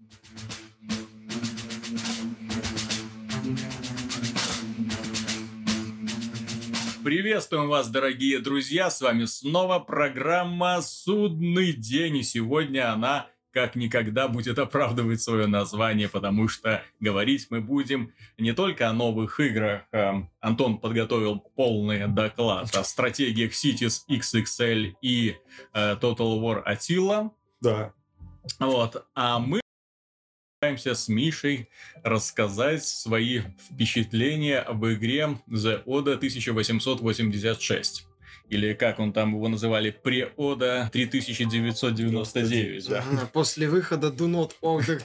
Приветствуем вас, дорогие друзья! С вами снова программа «Судный день». И сегодня она как никогда будет оправдывать свое название, потому что говорить мы будем не только о новых играх. Антон подготовил полный доклад о стратегиях Cities XXL и Total War Attila. Да. Вот. А мы пытаемся с Мишей рассказать свои впечатления об игре The Oda 1886. Или как он там его называли, Pre-Oda 3999. Да. После выхода Do Not Order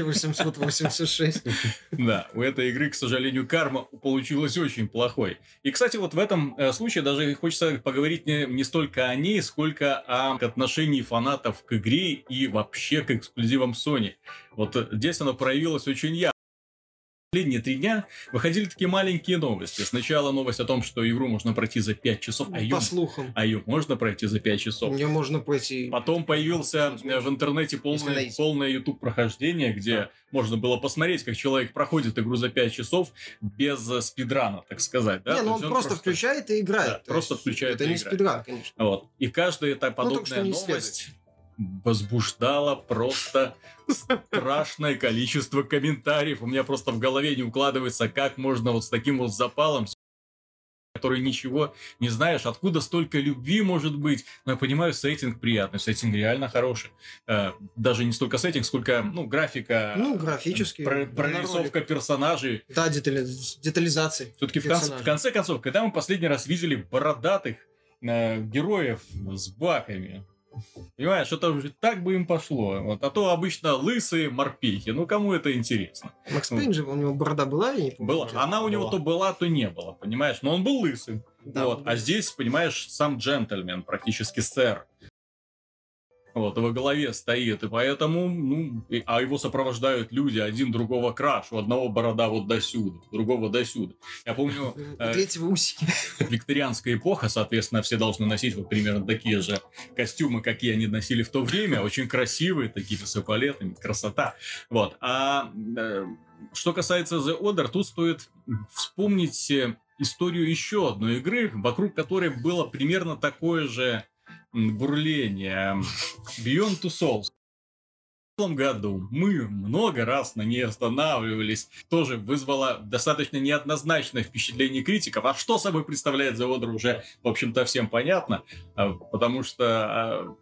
1886. Да, у этой игры, к сожалению, карма получилась очень плохой. И, кстати, вот в этом случае даже хочется поговорить не столько о ней, сколько о отношении фанатов к игре и вообще к эксклюзивам Sony. Вот здесь оно проявилось очень ярко. Последние 3 дня выходили такие маленькие новости. Сначала новость о том, что игру можно пройти за 5 часов. По слухам. А ее можно пройти за 5 часов. Ее можно пройти. Потом появился в интернете полное YouTube прохождение, где можно было посмотреть, как человек проходит игру за 5 часов без спидрана, так сказать. Да? Не, ну он просто включает и играет. Да, просто включает и играет. Это не спидран, конечно. Вот. И каждая эта подобная новость возбуждало просто страшное количество комментариев. У меня просто в голове не укладывается, как можно вот с таким вот запалом, который ничего не знаешь, откуда столько любви может быть. Но я понимаю, сеттинг приятный, сеттинг реально хороший. Даже не столько сеттинг, сколько, графика. Графически. Прорисовка персонажей. Да, детализация. Все-таки в конце концов, когда мы последний раз видели бородатых героев с баками, понимаешь, это уже так бы им пошло. Вот. А то обычно лысые морпехи. Ну, кому это интересно? Макс Пейн же, у него борода была, я не помню. Была. Она у него то была, то не была, понимаешь? Но он был лысый. Да, вот. А здесь, понимаешь, сам джентльмен, практически сэр. Вот, во главе стоит, и поэтому, а его сопровождают люди, один другого краш, у одного борода вот досюда, у другого досюда. Я помню... Третьего усики. Викторианская эпоха, соответственно, все должны носить вот примерно такие же костюмы, какие они носили в то время, очень красивые, такие с эполетами, красота. Вот, что касается The Order, тут стоит вспомнить историю еще одной игры, вокруг которой было примерно такое же бурление. Beyond Two Souls. В том году мы много раз на ней останавливались. Тоже вызвало достаточно неоднозначное впечатление критиков. А что собой представляет The Order, уже, в общем-то, всем понятно. Потому что,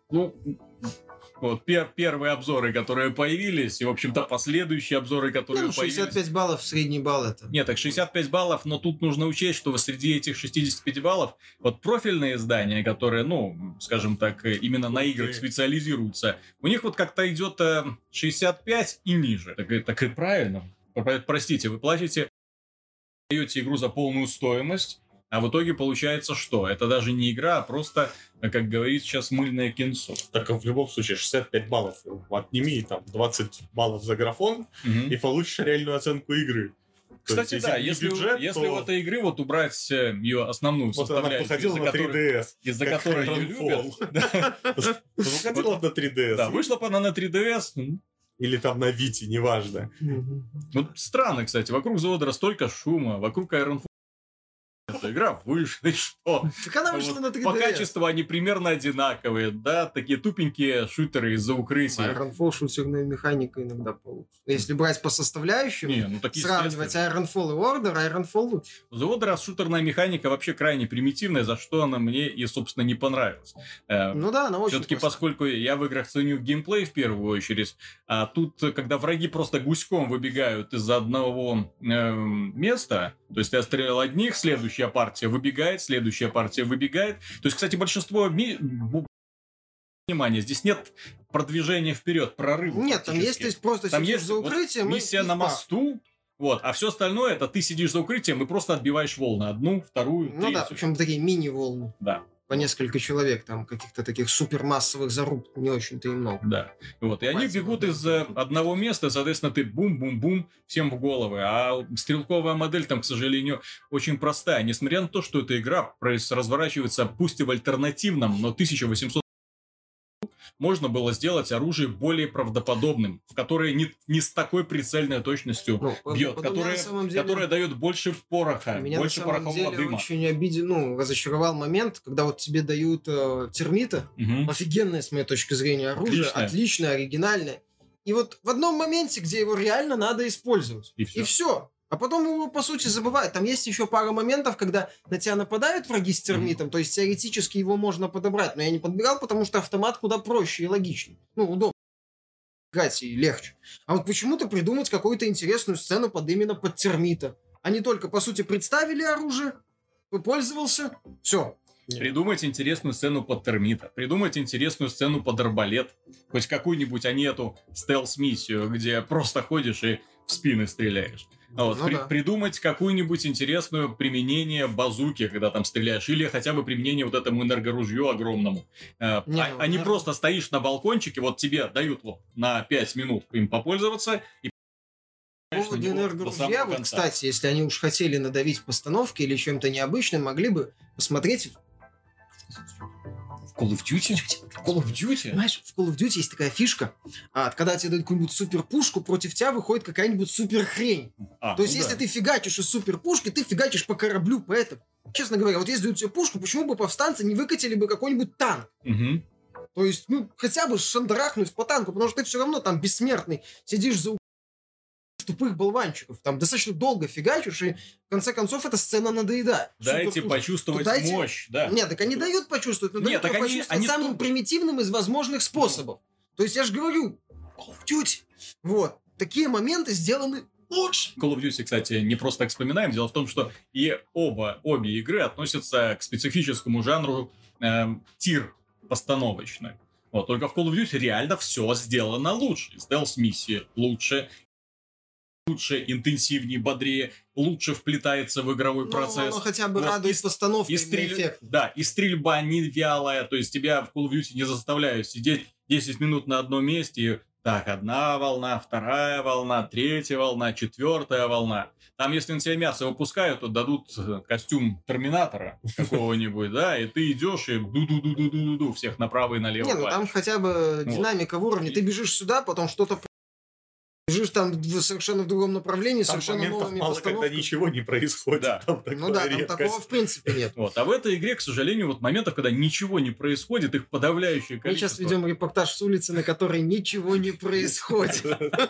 вот первые обзоры, которые появились, и, в общем-то, последующие обзоры, которые 65 появились... баллов средний балл это. Нет, так 65 баллов, но тут нужно учесть, что среди этих 65 баллов вот профильные издания, которые, скажем так, именно на играх специализируются, у них вот как-то идет 65 и ниже. Так и правильно. Простите, вы платите, даете игру за полную стоимость, а в итоге получается что? Это даже не игра, а просто, как говорит сейчас, мыльное кинцо. Так в любом случае 65 баллов. Отними там 20 баллов за графон и получишь реальную оценку игры. Кстати, есть, да, если у этой игры вот убрать ее основную составляющую, из-за которой ее любят. Выходила на 3DS. Да, вышла бы она на 3DS. Или там на Вите, неважно. Странно, кстати, вокруг The Order столько шума, вокруг Ironfall. Эта игра вышла, и что? Так она вышла на 3DS. По качеству они примерно одинаковые, да, такие тупенькие шутеры из-за укрытия. Ironfall шутерная механика иногда получится. Если брать по составляющим, сравнивать Ironfall и Ironfall лучше. The Order шутерная механика вообще крайне примитивная, за что она мне и, собственно, не понравилась. Она очень все-таки, поскольку я в играх ценю геймплей в первую очередь, а тут, когда враги просто гуськом выбегают из одного места, то есть ты отстрелял одних, следующая партия выбегает, следующая партия выбегает. То есть, кстати, большинство... Внимание, здесь нет продвижения вперед, прорыва. Нет, там есть, ты просто сидишь за укрытием. Вот миссия на мосту, а все остальное, это ты сидишь за укрытием и просто отбиваешь волны. Одну, вторую, третью. Да, причем такие мини-волны. Да. По несколько человек, там, каких-то таких супермассовых заруб не очень-то и много. Да. И они бегут из одного места, соответственно, ты бум-бум-бум всем в головы. А стрелковая модель там, к сожалению, очень простая. Несмотря на то, что эта игра разворачивается, пусть и в альтернативном, но 1800 можно было сделать оружие более правдоподобным, в которое не с такой прицельной точностью бьет, которое дает больше пороха, больше порохового дыма. Очень разочаровал момент, когда вот тебе дают термита, офигенное, с моей точки зрения, оружие, отличное, оригинальное. И вот в одном моменте, где его реально надо использовать. И все. А потом его, по сути, забывают. Там есть еще пара моментов, когда на тебя нападают враги с термитом, то есть теоретически его можно подобрать. Но я не подбирал, потому что автомат куда проще и логичнее. Удобно. Играть и легче. А вот почему-то придумать какую-то интересную сцену именно под термита. Они только, по сути, представили оружие, попользовался, все. Придумать интересную сцену под термита, придумать интересную сцену под арбалет, хоть какую-нибудь, а не эту стелс-миссию, где просто ходишь и в спины стреляешь. Придумать какую-нибудь интересную применение базуки, когда там стреляешь, или хотя бы применение вот этому энергоружью огромному. Не просто стоишь на балкончике, вот тебе дают на 5 минут им попользоваться, и по поводу энергоружья, вот, кстати, если они уж хотели надавить постановки или чем-то необычным, могли бы посмотреть... Call of Duty? Call of Duty? Понимаешь, в Call of Duty есть такая фишка, когда тебе дают какую-нибудь суперпушку, против тебя выходит какая-нибудь суперхрень. То есть, если ты фигачишь из суперпушки, ты фигачишь по кораблю, поэтому, честно говоря, вот если дают тебе пушку, почему бы повстанцы не выкатили бы какой-нибудь танк? То есть, хотя бы шандарахнуть по танку, потому что ты все равно там бессмертный, сидишь за тупых болванчиков. Там достаточно долго фигачишь, и в конце концов эта сцена надоедает. Дайте почувствовать мощь, да. Нет, так они дают почувствовать, но дают почувствовать самым примитивным из возможных способов. То есть я же говорю, Call of Duty. Вот. Такие моменты сделаны лучше. Call of Duty, кстати, не просто так вспоминаем. Дело в том, что обе игры относятся к специфическому жанру тир постановочный. Только в Call of Duty реально все сделано лучше. Стелс-миссии лучше, интенсивнее, бодрее, лучше вплетается в игровой процесс. Оно хотя бы радует постановкой и эффект. Да, и стрельба не вялая, то есть тебя в Call of Duty не заставляют сидеть 10 минут на одном месте, и так, одна волна, вторая волна, третья волна, четвертая волна. Там, если на тебя мясо выпускают, то дадут костюм Терминатора какого-нибудь, да, и ты идешь и ду-ду-ду-ду-ду-ду всех направо и налево. Там хотя бы динамика в уровне. Ты бежишь сюда, потом что-то бежишь там совершенно в другом направлении, там совершенно новыми мало, когда ничего не происходит. Да. Там такого в принципе нет. А в этой игре, к сожалению, моментов, когда ничего не происходит, их подавляющее количество. Мы сейчас ведем репортаж с улицы, на которой ничего не происходит.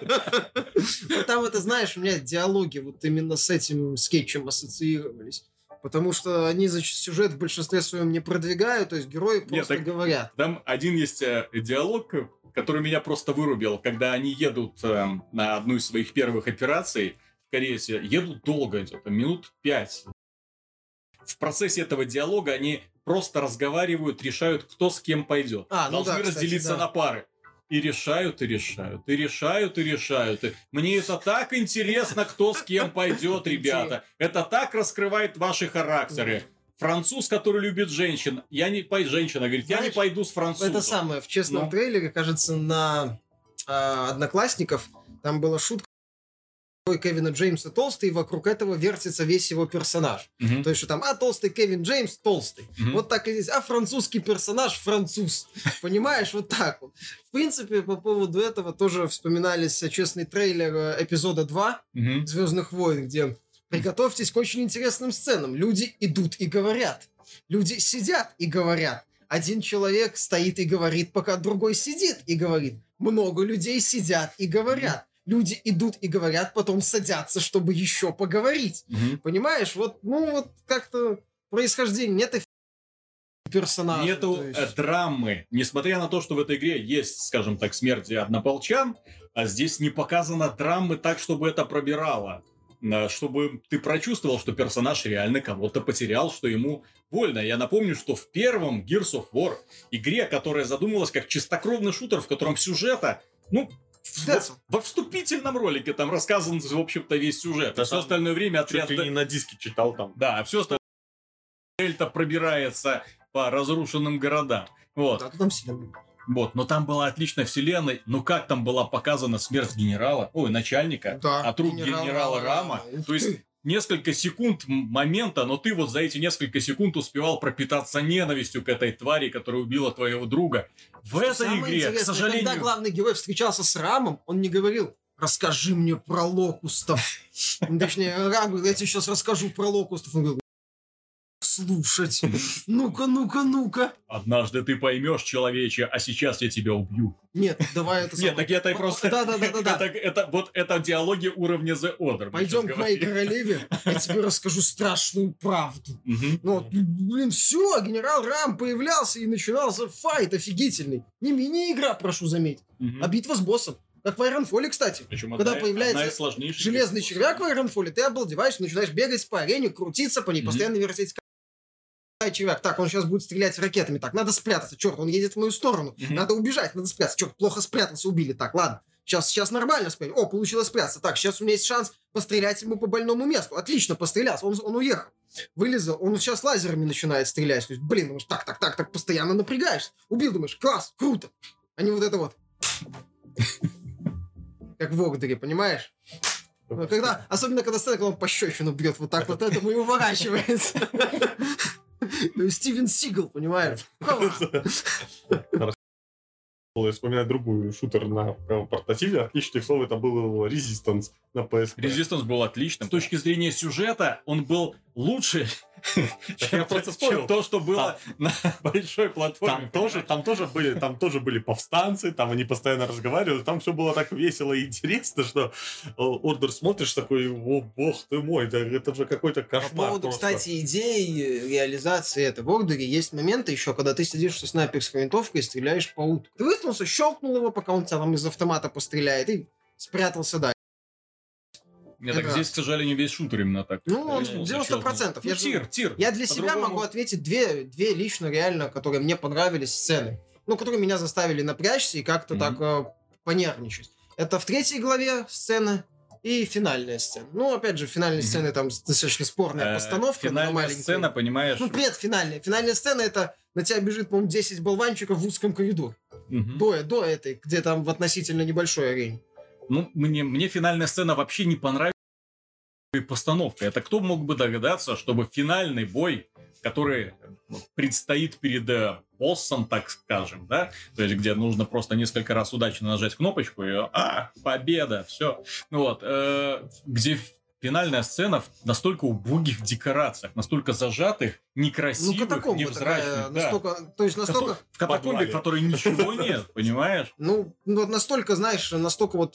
Там, это знаешь, у меня диалоги вот именно с этим скетчем ассоциировались. Потому что они сюжет в большинстве своем не продвигают, то есть герои просто говорят. Там один есть диалог, который меня просто вырубил, когда они едут на одну из своих первых операций в Корее, едут долго, где-то минут 5. В процессе этого диалога они просто разговаривают, решают, кто с кем пойдет. Должны разделиться на пары. И решают, и решают, и решают, и решают. Мне это так интересно, кто с кем пойдет, ребята. Это так раскрывает ваши характеры. Француз, который любит женщин. Женщина говорит, я не пойду с французом. Это самое, в честном трейлере, кажется, на Одноклассников, там была шутка Кевина Джеймса толстый, и вокруг этого вертится весь его персонаж. То есть, что там, толстый Кевин Джеймс толстый. Вот так и здесь. Французский персонаж француз. Понимаешь, вот так вот. В принципе, по поводу этого тоже вспоминались честный трейлер эпизода 2 «Звездных войн», где приготовьтесь к очень интересным сценам. Люди идут и говорят. Люди сидят и говорят. Один человек стоит и говорит, пока другой сидит и говорит. Много людей сидят и говорят. Люди идут и говорят, потом садятся, чтобы еще поговорить. Понимаешь? Вот как-то происхождение. Нет персонажа. Нету драмы. Несмотря на то, что в этой игре есть, скажем так, смерти однополчан, а здесь не показано драмы так, чтобы это пробирало. Чтобы ты прочувствовал, что персонаж реально кого-то потерял, что ему больно. Я напомню, что в первом Gears of War, игре, которая задумывалась как чистокровный шутер, в котором сюжета, во вступительном ролике там рассказан, в общем-то, весь сюжет. А все остальное время отряд... Чуть ли не на диске читал там. Да, а все остальное Дельта пробирается по разрушенным городам. Вот. Да, там вселенная. Вот, но там была отличная вселенная. Ну как там была показана смерть начальника, от рук генерала Рама. То есть несколько секунд момента, но ты вот за эти несколько секунд успевал пропитаться ненавистью к этой твари, которая убила твоего друга. В этой игре, к сожалению... Когда главный герой встречался с Рамом, он не говорил: расскажи мне про локустов. Точнее, Рам говорит: я тебе сейчас расскажу про локустов. Он говорит: слушать. Ну-ка. Однажды ты поймешь, человече, а сейчас я тебя убью. Нет, давай это... Нет, так это просто... Да. Вот это диалоги уровня The Order. Пойдем к моей королеве, я тебе расскажу страшную правду. Ну, блин, все, генерал Рам появлялся и начинался файт офигительный. Не мини-игра, прошу заметить, а битва с боссом. Как в Ironfall, кстати. Причем когда появляется железный червяк в Ironfall, ты обалдеваешь, начинаешь бегать по арене, крутиться по ней, постоянно вертеть. Червяк, так, он сейчас будет стрелять ракетами, так, надо спрятаться, черт, он едет в мою сторону, надо убежать, надо спрятаться, черт, плохо спрятался, убили, так, ладно, сейчас нормально спрятать, о, получилось спрятаться, так, сейчас у меня есть шанс пострелять ему по больному месту, отлично, пострелялся, он уехал, вылезал, он сейчас лазерами начинает стрелять, то есть, блин, думаешь, так, постоянно напрягаешься, убил, думаешь, класс, круто, а не вот это вот, как в Ордере, понимаешь? Особенно когда сцена, когда он пощечину бьет вот так вот этому и уворачивается. Стивен Сигал, понимаешь? Я вспоминаю другую шутер на портативе. Отличных слов это был Resistance на PSP. Resistance был отличным. С точки зрения сюжета он был лучше, чем то, что было на большой платформе. Там тоже были повстанцы, там они постоянно разговаривали, там все было так весело и интересно, что Order смотришь такой: о бог ты мой, это же какой-то кошмар. По поводу, кстати, идей реализации этого в Ордере есть моменты еще, когда ты сидишь со снайперской винтовкой и стреляешь по утке. Ты высунулся, щелкнул его, пока он тебя там из автомата постреляет, и спрятался дальше. Нет, так здесь, к сожалению, весь шутер именно так. Ну, 90%. Тир. Я для себя могу ответить две лично реально, которые мне понравились сцены. Ну, которые меня заставили напрячься и как-то так понервничать. Это в 3 главе сцена и финальная сцена. Ну, опять же, финальная сцена там достаточно спорная постановка. Финальная сцена, понимаешь... Ну, предфинальная. Финальная сцена — это на тебя бежит, по-моему, 10 болванчиков в узком коридоре. До этой, где там в относительно небольшой арене. Ну, мне финальная сцена вообще не понравилась постановкой. Это кто мог бы догадаться, чтобы финальный бой, который предстоит перед боссом, так скажем, да, то есть где нужно просто несколько раз удачно нажать кнопочку и победа, все. Ну вот, где финальная сцена в настолько убогих декорациях, настолько зажатых, некрасивых, невзрачных. Настолько, то есть настолько... В катакомбе, в которой ничего нет, понимаешь? Ну, вот настолько, знаешь, настолько вот,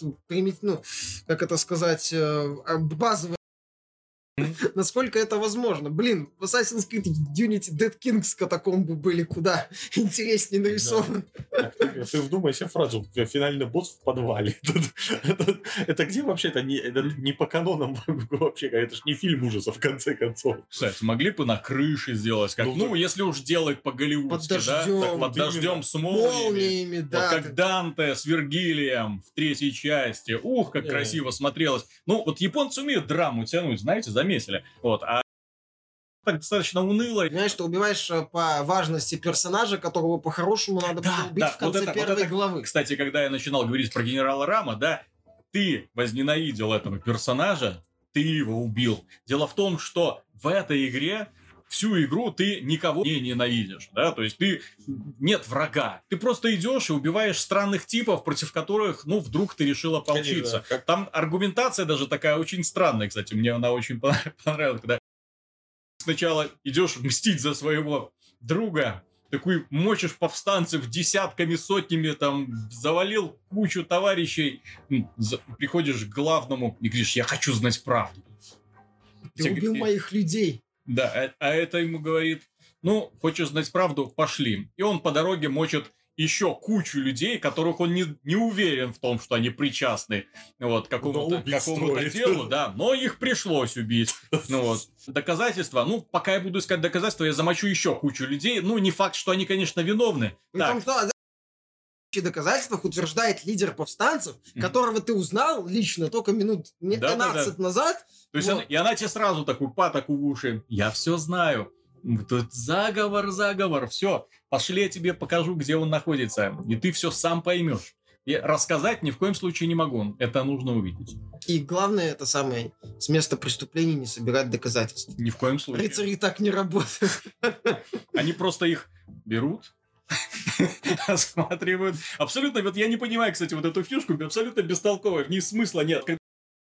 как это сказать, базовое. Насколько это возможно? Блин, в Assassin's Creed Unity Dead Kings катакомбы были куда интереснее нарисованы. Да. Ты вдумайся фразу: финальный босс в подвале. Это где вообще? Это не по канонам вообще. Это ж не фильм ужасов, в конце концов. Кстати, могли бы на крыше сделать. Как, если уж делать по-голливудски, да? Под дождем с молниями. Да. Вот как Данте с Вергилием в 3 части. Ух, как красиво смотрелось. Ну, вот японцы умеют драму тянуть, знаете, заметили. Вот, а так достаточно уныло. Знаешь, ты убиваешь по важности персонажа, которого по-хорошему надо было убить в конце первой главы. Кстати, когда я начинал говорить про генерала Рама, да, ты возненавидел этого персонажа, ты его убил. Дело в том, что в этой игре всю игру ты никого не ненавидишь, да, то есть нет врага, ты просто идешь и убиваешь странных типов, против которых, вдруг ты решил ополчиться. Там аргументация даже такая очень странная, кстати, мне она очень понравилась, когда сначала идешь мстить за своего друга, такой мочишь повстанцев десятками, сотнями, там, завалил кучу товарищей, приходишь к главному и говоришь: я хочу знать правду. Ты убил моих людей. Да, а это ему говорит: хочешь знать правду, пошли. И он по дороге мочит еще кучу людей, которых он не уверен в том, что они причастны к какому-то делу, да, но их пришлось убить. Доказательства, пока я буду искать доказательства, я замочу еще кучу людей, не факт, что они, конечно, виновны. В доказательствах утверждает лидер повстанцев, которого ты узнал лично только минут 15 назад. То есть и она тебе сразу такую патоку в уши: я все знаю. Тут заговор, все. Пошли, я тебе покажу, где он находится. И ты все сам поймешь. И рассказать ни в коем случае не могу. Это нужно увидеть. И главное, это самое, с места преступления не собирать доказательств. Ни в коем случае. Рыцари так не работают. Они просто их берут, осматривают. Абсолютно, вот я не понимаю, кстати, вот эту фишку, абсолютно бестолковая, в ней смысла нет. Когда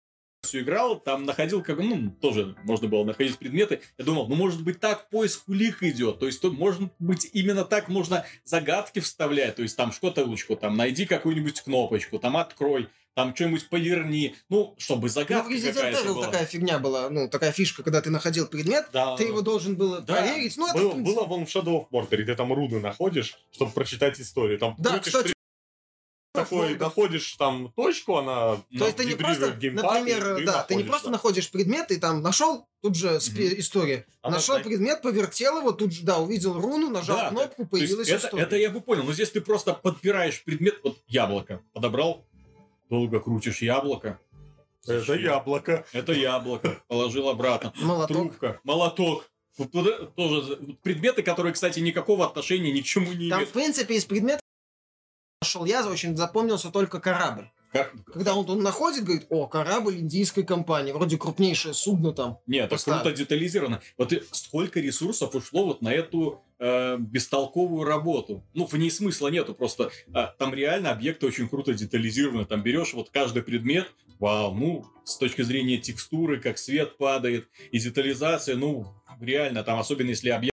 я играл, там находил, тоже можно было находить предметы. Я думал, может быть, так поиск улик идет. То есть, может быть, именно так можно загадки вставлять. То есть, там шкотулочку, там найди какую-нибудь кнопочку, там открой, там что-нибудь поверни. Чтобы загадка какая-то была. Такая фигня была, такая фишка, когда ты находил предмет, ты его должен был проверить. Было вон в Shadow of Mordor, ты там руны находишь, чтобы прочитать историю. Там кстати, такой, находишь там точку, она... То есть ты не просто, например, ты не просто находишь предмет, и там нашел, тут же история. Нашел предмет, повертел его, тут же, увидел руну, нажал кнопку, появилась история. Это я бы понял, но здесь ты просто подбираешь предмет, вот яблоко подобрал, долго крутишь яблоко. Это яблоко. Это яблоко. Положил обратно. Молоток. Трубка. Молоток. Тоже предметы, которые, кстати, никакого отношения ни к чему не имеют. Там, в принципе, из предметов нашел я, очень запомнился только корабль. Когда он находит, говорит, корабль индийской компании, вроде крупнейшее судно там. Нет, это круто детализировано. Вот сколько ресурсов ушло вот на эту бестолковую работу. В ней смысла нету, просто там реально объекты очень круто детализированы. Там берешь вот каждый предмет, вау, с точки зрения текстуры, как свет падает, и детализация, реально, там, особенно если объект,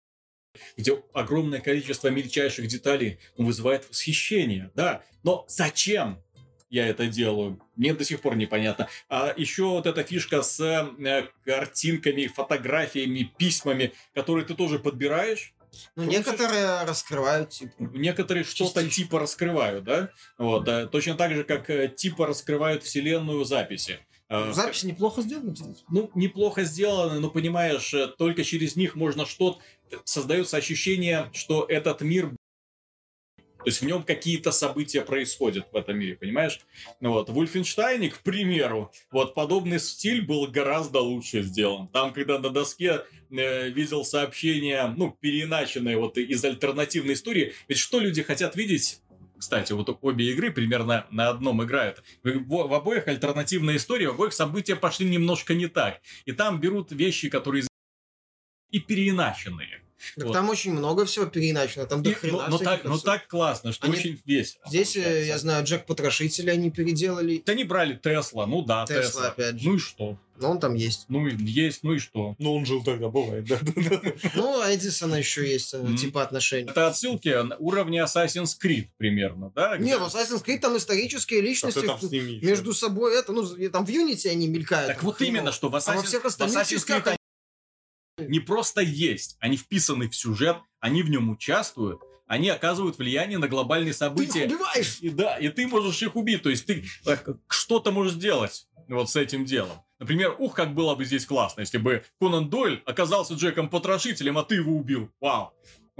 где огромное количество мельчайших деталей, вызывает восхищение, да. Но зачем я это делаю? Мне до сих пор непонятно. А еще вот эта фишка с картинками, фотографиями, письмами, которые ты тоже подбираешь. Некоторые раскрывают, Некоторые что-то типа раскрывают, да? Вот, точно так же, как типа раскрывают вселенную записи. Записи неплохо сделаны. Неплохо сделаны, но, понимаешь, только через них можно что-то... Создается ощущение, что этот мир... То есть в нем какие-то события происходят в этом мире, понимаешь? В Wolfenstein, к примеру, подобный стиль был гораздо лучше сделан. Там, когда на доске видел сообщения, переиначенные из альтернативной истории, ведь что люди хотят видеть? Кстати, обе игры примерно на одном играют. В обоих альтернативная история, в обоих события пошли немножко не так. И там берут вещи, которые и переиначенные. Так там очень много всего переиначено, там до хрена. Но так классно, что очень весело. Здесь, я знаю, Джек Потрошитель они переделали. Они брали Тесла, Тесла опять же. И что? Он там есть. И что? Он жил тогда, бывает, да. А Эдисона еще есть, типа отношения. Это отсылки уровня Assassin's Creed примерно, да? Не, в Assassin's Creed там исторические личности между собой, там в Unity они мелькают. Так вот именно, что в Assassin's Creed не просто есть, они вписаны в сюжет, они в нем участвуют, они оказывают влияние на глобальные события. Ты их убиваешь! И ты можешь их убить, то есть ты что-то можешь сделать с этим делом. Например, как было бы здесь классно, если бы Конан Дойль оказался Джеком Потрошителем, а ты его убил. Вау!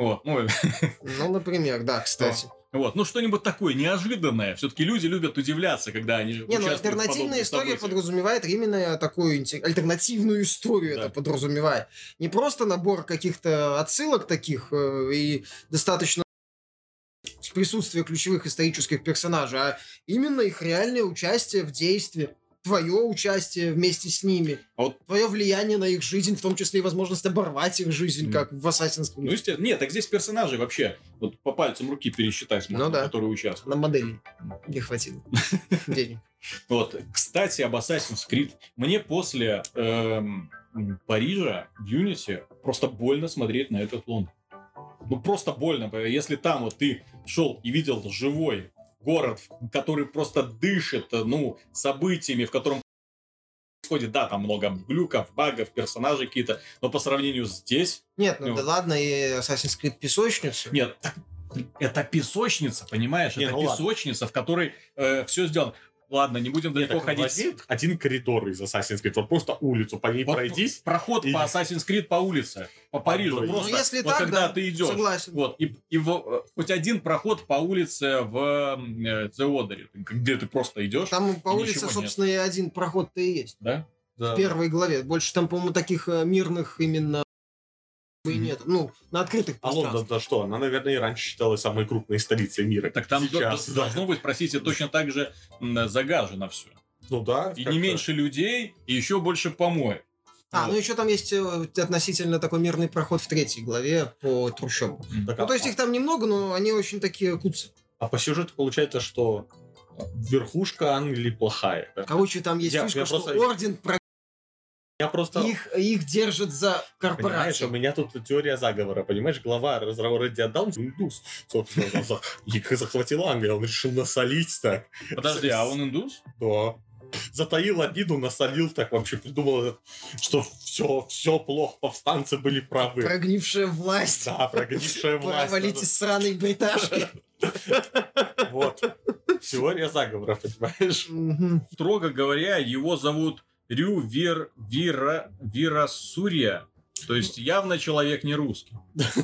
Например, да, кстати. Что-нибудь такое неожиданное. Все-таки люди любят удивляться, когда они участвуют в альтернативная история событиях. подразумевает именно такую альтернативную историю. Да. Это подразумевает. Не просто набор каких-то отсылок таких и достаточно присутствия ключевых исторических персонажей, а именно их реальное участие в действии. Твое участие вместе с ними, твое влияние на их жизнь, в том числе и возможность оборвать их жизнь, как в Assassin's Creed. Нет, так здесь персонажи вообще по пальцам руки пересчитать можно, которые участвуют. На модели не хватило денег. Кстати, об Assassin's Creed. Мне после Парижа в Unity просто больно смотреть на этот Лондон. Просто больно. Если там ты шел и видел живой город, который просто дышит, событиями, в котором происходит, да, там много глюков, багов, персонажей какие-то, но по сравнению здесь... Нет, да ладно, и Assassin's Creed песочница. Нет, это песочница, понимаешь? Это песочница, в которой все сделано. Ладно, не будем далеко ходить. Один коридор из Assassin's Creed, просто улицу, по ней пройдись. Проход по Assassin's Creed по улице, по Парижу. Просто, если так, когда ты идешь. Согласен. И хоть один проход по улице в The Order, где ты просто идешь. Там по улице, собственно, и один проход-то и есть. Да? В первой главе. Больше там, по-моему, таких мирных именно и нет. Ну, на открытых А Лондон, пространствах. да что? Она, наверное, и раньше считалась самой крупной столицей мира. Так там Сейчас, да. должно быть, простите, точно так же загажено все. Ну да. И как-то. не меньше людей, и еще больше помоек. Ну еще там есть относительно такой мирный проход в 3 главе по трущобам. Так, Ну, то есть их там немного, но они очень такие куцы. а по сюжету получается, что верхушка Англии плохая. Да? Короче, там есть Я фишка, что просто- орден Я просто... их держит за Понимаешь, у корпорацию. меня тут теория заговора, понимаешь? Глава Ready Down, индус, собственно, их захватил Англия, он решил насолить так. Подожди, а он индус? Да. Затаил обиду, насолил так вообще, придумал, что все плохо, повстанцы были правы. Прогнившая власть. Да, прогнившая власть. Провалите сраные бриташки. Вот. Теория заговора, понимаешь? Мгм. Строго говоря, его зовут Вирасурья. То есть явно человек не русский.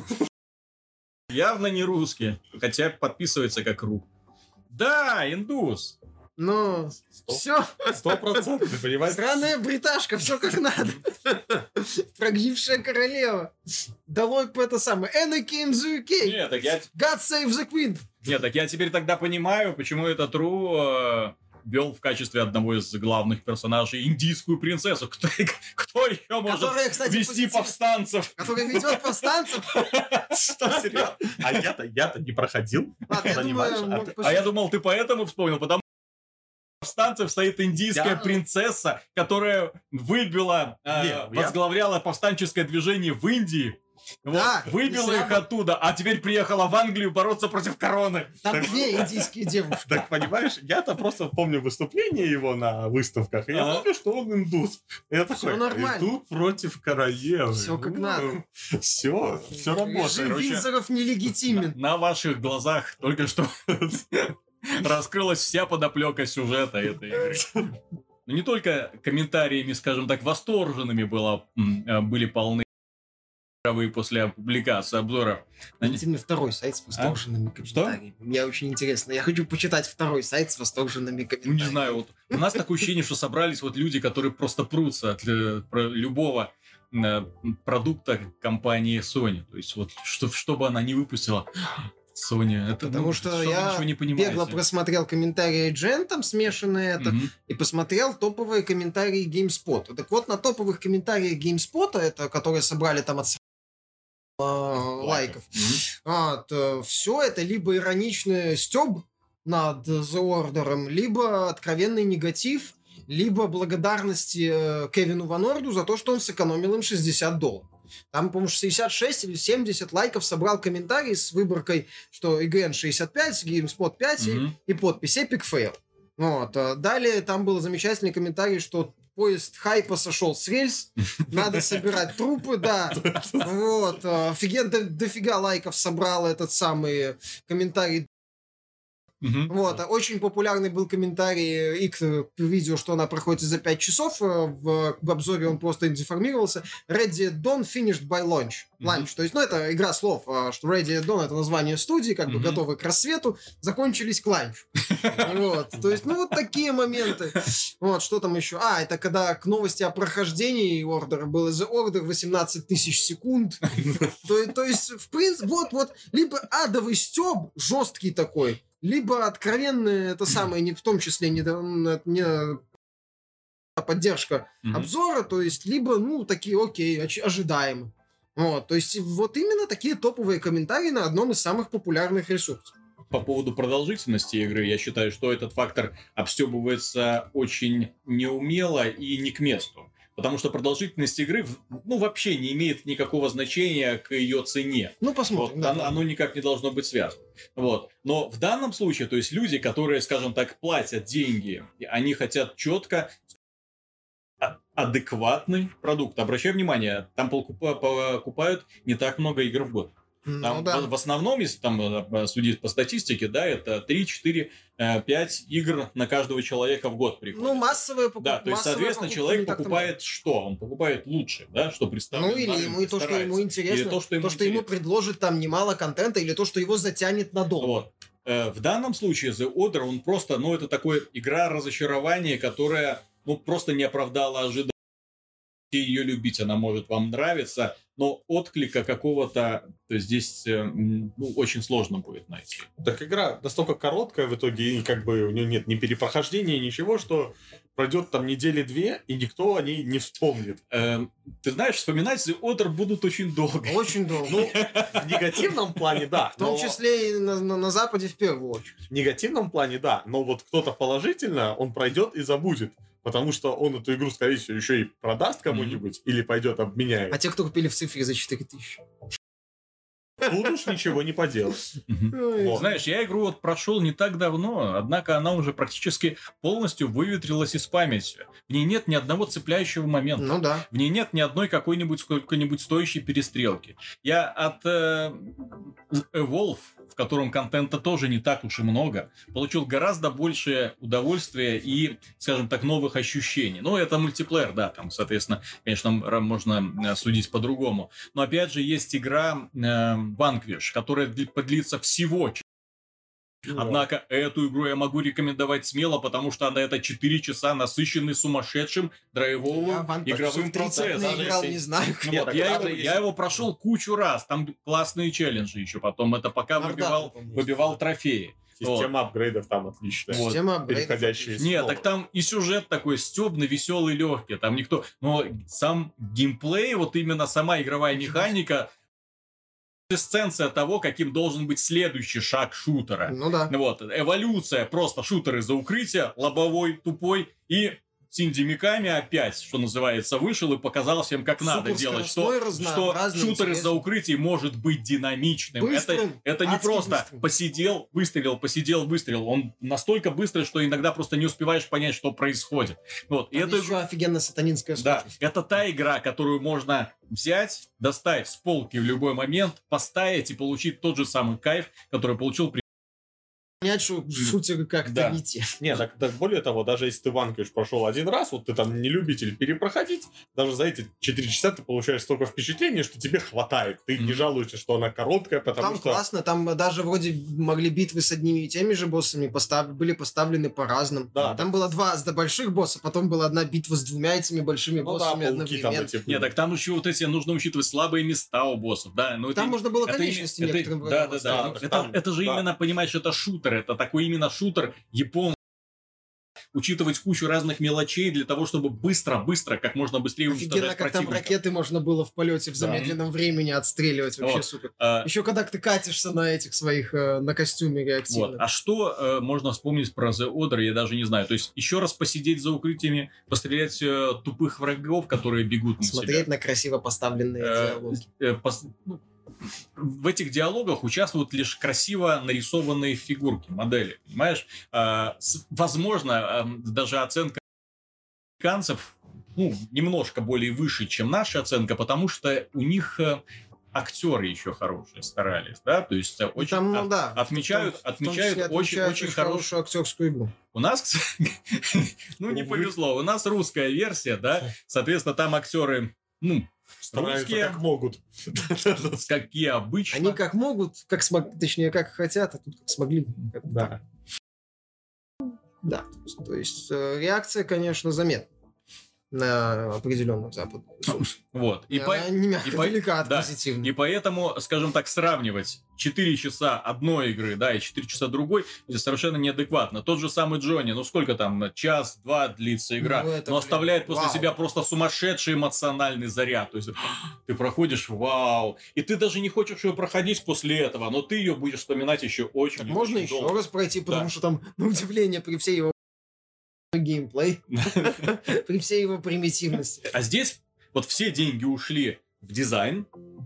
Явно не русский. Хотя подписывается как Ру. Да, индус. Ну, все. 100%, понимаешь? Сраная бриташка, все как надо. Прогнившая королева. Долой по это самое. Anarchy in the UK. Нет, так я, God save the Queen. теперь тогда понимаю, почему этот Ру вел в качестве одного из главных персонажей индийскую принцессу. Кто еще может Которая, кстати, вести позитив- повстанцев? Которая ведет повстанцев. Что, серьезно? А я-то не проходил. Ладно, я Понимаешь? думаю, А я думал, ты поэтому вспомнил, потому что повстанцев стоит индийская Я- принцесса, которая выбила, возглавляла повстанческое движение в Индии. Вот, Да, выбила если их оттуда, а теперь приехала в Англию бороться против короны. Там Так- 2 индийские девушки. Так, понимаешь, я-то просто помню выступление его на выставках, и я Ага. помню, что он индус. Я такой, нормально. иду против королевы. Всё как надо. Все работает. Режим короче. Виндзоров нелегитимен. На ваших глазах только что раскрылась вся подоплека сюжета этой игры. Но не только комментариями, скажем так, восторженными были полны игровые после публикации обзоров. Дайте мне второй сайт с восторженными комментариями. Мне очень интересно. Я хочу почитать второй сайт с восторженными Ну, комментариями. не знаю, вот у нас такое ощущение, что собрались вот люди, которые просто прутся от любого продукта компании Sony. То есть вот что бы она ни выпустила, Sony, это Потому что вы я ничего не понимаете. бегло просмотрел комментарии Джен, там смешанные это, Мгм. и посмотрел топовые комментарии GameSpot. Так вот, на топовых комментариях GameSpot, это которые собрали там от лайков, все это либо ироничный стёб над The Order, либо откровенный негатив, либо благодарности Кевину Ван Орду за то, что он сэкономил им $60. Там, по-моему, 66 или 70 лайков собрал комментарий с выборкой, что IGN 65, GameSpot 5 Мгм. и подпись Epic Fail. Вот. Далее там был замечательный комментарий, что поезд хайпа сошел с рельс, надо собирать трупы, да. Вот. Офигенно, дофига лайков собрал этот самый комментарий. Мгм. Вот. Очень популярный был комментарий и к видео, что она проходит за 5 часов. В обзоре он просто деформировался. Ready at Dawn finished by launch. Launch. То есть, ну, это игра слов, что Ready at Dawn — это название студии, как бы Мгм. готовы к рассвету, закончились к ланчу. Вот. То есть, ну, вот такие моменты. Вот, что там еще? Это когда к новости о прохождении Ордера было The Order 18 тысяч секунд. То есть, в принципе, вот, либо адовый стёб, жесткий такой, либо откровенный, это самое, не в том числе не поддержка Мгм. обзора, то есть, либо, ну, такие, окей, ожидаемо. Вот, то есть, вот именно такие топовые комментарии на одном из самых популярных ресурсов. По поводу продолжительности игры, я считаю, что этот фактор обстебывается очень неумело и не к месту. Потому что продолжительность игры, вообще не имеет никакого значения к ее цене. Ну, посмотрим. Вот, да. оно никак не должно быть связано. Вот. Но в данном случае, то есть люди, которые, скажем так, платят деньги, они хотят четко адекватный продукт. Обращаю внимание, там покупают не так много игр в год. Там, Ну, да. в основном, если там судить по статистике, да, это 3, 4, 5 игр на каждого человека в год приходит. Ну, массовые покупки. Да, то есть, соответственно, человек покупает что? Он покупает лучше, да, что представлено. Ну, или ему и то, что ему интересно, Или то, что ему интересно. предложит там немало контента, или то, что его затянет надолго. Вот. В данном случае The Order, он просто, это такая игра разочарования, которая, просто не оправдала ожиданий. ее любить, она может вам нравиться, но отклика какого-то здесь очень сложно будет найти. Так игра настолько короткая в итоге, и как бы у нее нет ни перепрохождения, ничего, что пройдет там недели-две, и никто о ней не вспомнит. Ты знаешь, вспоминать The Order будут очень долго. Очень долго. Ну, в негативном плане, да. В том числе и на Западе в первую очередь. В негативном плане, да. Но вот кто-то положительно, он пройдет и забудет. Потому что он эту игру, скорее всего, еще и продаст кому-нибудь, или пойдет обменяет. А те, кто купили в цифре за 4000. Тут уж ничего не поделать. Вот. Знаешь, я игру вот прошел не так давно, однако она уже практически полностью выветрилась из памяти. В ней нет ни одного цепляющего момента. Ну да. В ней нет ни одной какой-нибудь сколько-нибудь стоящей перестрелки. Я от Evolve, в котором контента тоже не так уж и много, получил гораздо большее удовольствие и, скажем так, новых ощущений. Ну, это мультиплеер, да, там, соответственно, конечно, можно судить по-другому. Но, опять же, есть игра Vanquish, которая подлится всего. Однако эту игру я могу рекомендовать смело, потому что она это 4 часа насыщенный сумасшедшим драйвовым игровым процессом. Играл, не знаю. Нет, я его прошел кучу раз, там классные челленджи еще потом, это пока выбивал трофеи. Система апгрейдов там отличная. Вот. Система апгрейдов. Переходящие Нет, снова. так там и сюжет такой стебный, веселый, легкий. Там никто... Но сам геймплей, вот именно сама игровая механика, эссенция того, каким должен быть следующий шаг шутера. Ну да. Вот, эволюция, просто шутер из-за укрытия, лобовой, тупой, и Синди Миками опять, что называется, вышел и показал всем, как надо делать, что шутер из-за укрытий может быть динамичным. Это не просто быстрым. Посидел, выстрелил. Он настолько быстрый, что иногда просто не успеваешь понять, что происходит. Вот. И это еще офигенно сатанинская сложность. Да, это та игра, которую можно взять, достать с полки в любой момент, поставить и получить тот же самый кайф, который получил при... Понять, что шутеры как-то не те. Не, так более того, даже если ты Vanquish прошел один раз, вот ты там не любитель перепроходить, даже за эти 4 часа ты получаешь столько впечатлений, что тебе хватает. Ты не жалуешься, что она короткая, потому что... Там классно, там даже вроде могли битвы с одними и теми же боссами были поставлены по-разному. Да, там было 2 больших босса, потом была одна битва с 2 этими большими боссами одновременно. Нет, так там еще вот эти нужно учитывать слабые места у боссов, да. Но там можно было конечности некоторым Да. Это же именно, понимаешь, это шутер. Это такой именно шутер японский. Учитывать кучу разных мелочей для того, чтобы быстро, как можно быстрее уничтожать противника. Офигенно, как там ракеты можно было в полете в замедленном времени отстреливать. Вообще супер. Еще когда ты катишься на этих своих, на костюме реактивно. Вот. А что можно вспомнить про The Order, я даже не знаю. То есть, еще раз посидеть за укрытиями, пострелять тупых врагов, которые бегут на себя. Смотреть на красиво поставленные диалоги. В этих диалогах участвуют лишь красиво нарисованные фигурки, модели, понимаешь? Возможно, даже оценка американцев немножко более выше, чем наша оценка, потому что у них актеры еще хорошие старались, да, то есть очень отмечают очень хорошую актерскую игру. У нас, не повезло, у нас русская версия, да, соответственно, там актеры, стараются русские, как могут. Какие обычно. Они как могут, точнее, как хотят, а тут как смогли. Да. Да, то есть реакция, конечно, заметна на определенных западных ресурсах. Вот. Позитивно. И поэтому, скажем так, сравнивать 4 часа одной игры, да, и 4 часа другой, это совершенно неадекватно. Тот же самый Джонни, сколько там, час-два длится игра, но оставляет после себя просто сумасшедший эмоциональный заряд. То есть ты проходишь, вау, и ты даже не хочешь ее проходить после этого, но ты ее будешь вспоминать еще очень долго. Можно еще раз пройти, потому что там, на удивление, при всей его геймплей, при всей его примитивности. А здесь вот все деньги ушли в дизайн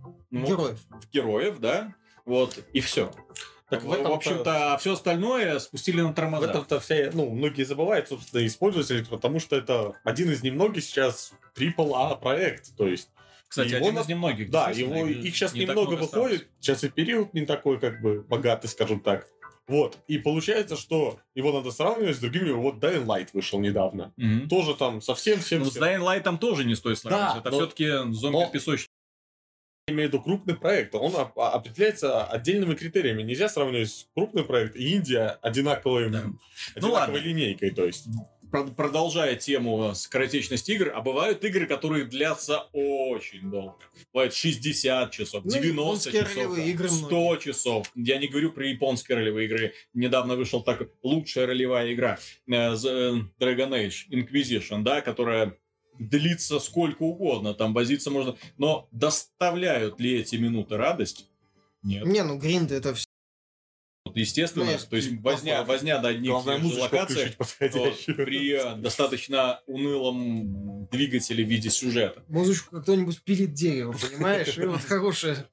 героев, да, вот, и все. Так, в общем-то, все остальное спустили на тормоза. В этом-то многие забывают, собственно, использователи, потому что это один из немногих сейчас AAA проект, то есть. Кстати, один из немногих. Да, их сейчас немного выходит, сейчас и период не такой, богатый, скажем так. Вот, и получается, что его надо сравнивать с другими. Вот Dying Light вышел недавно. Тоже там совсем... с Dying Light там тоже не стоит сравнивать. Это все-таки зомби-песочник. Я имею в виду крупный проект. Он определяется отдельными критериями. Нельзя сравнивать крупный проект и Индия одинаковой линейкой. То есть. продолжая тему скоротечности игр, а бывают игры, которые длятся очень долго. Бывает 60 часов, 90 часов, игры 100 часов. Я не говорю про японские ролевые игры. Недавно вышла так лучшая ролевая игра Dragon Age Inquisition, да, которая длится сколько угодно, там возиться можно. Но доставляют ли эти минуты радость? Нет. Не, ну гринды это все. Естественно, то есть возня на одних локациях при достаточно унылом двигателе в виде сюжета. Музычку как кто-нибудь пилит дерево, понимаешь? И вот хорошая.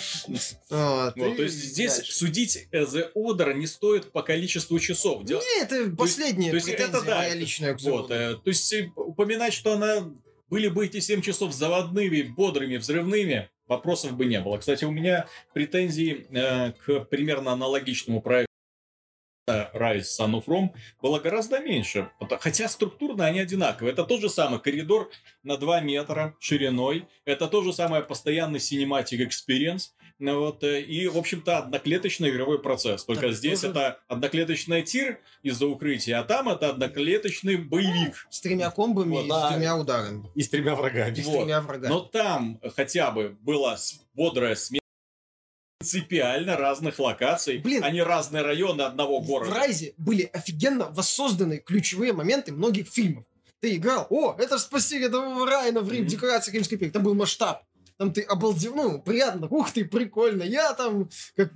То есть здесь судить The Order не стоит по количеству часов. Не, это последняя претензия моя личная. То есть упоминать, что она были бы эти 7 часов заводными, бодрыми, взрывными, вопросов бы не было. Кстати, у меня претензий к примерно аналогичному проекту Rise Son of Rome было гораздо меньше. Хотя структурно они одинаковые. Это тот же самый коридор на 2 метра шириной. Это тот же самый постоянный cinematic experience. И, в общем-то, одноклеточный игровой процесс. Только так, здесь тоже... это одноклеточный тир из-за укрытия, а там это одноклеточный боевик. С 3 комбами и с 3 ударами. И с 3 врагами. Но там хотя бы была бодрая смерть принципиально разных локаций, а не разные районы одного города. В Райзе были офигенно воссозданы ключевые моменты многих фильмов. Ты играл, это же спасти рядового Райана в декорациях Римской империи. Там был масштаб. Там ты обалдел, приятно, ух ты, прикольно. Я там, как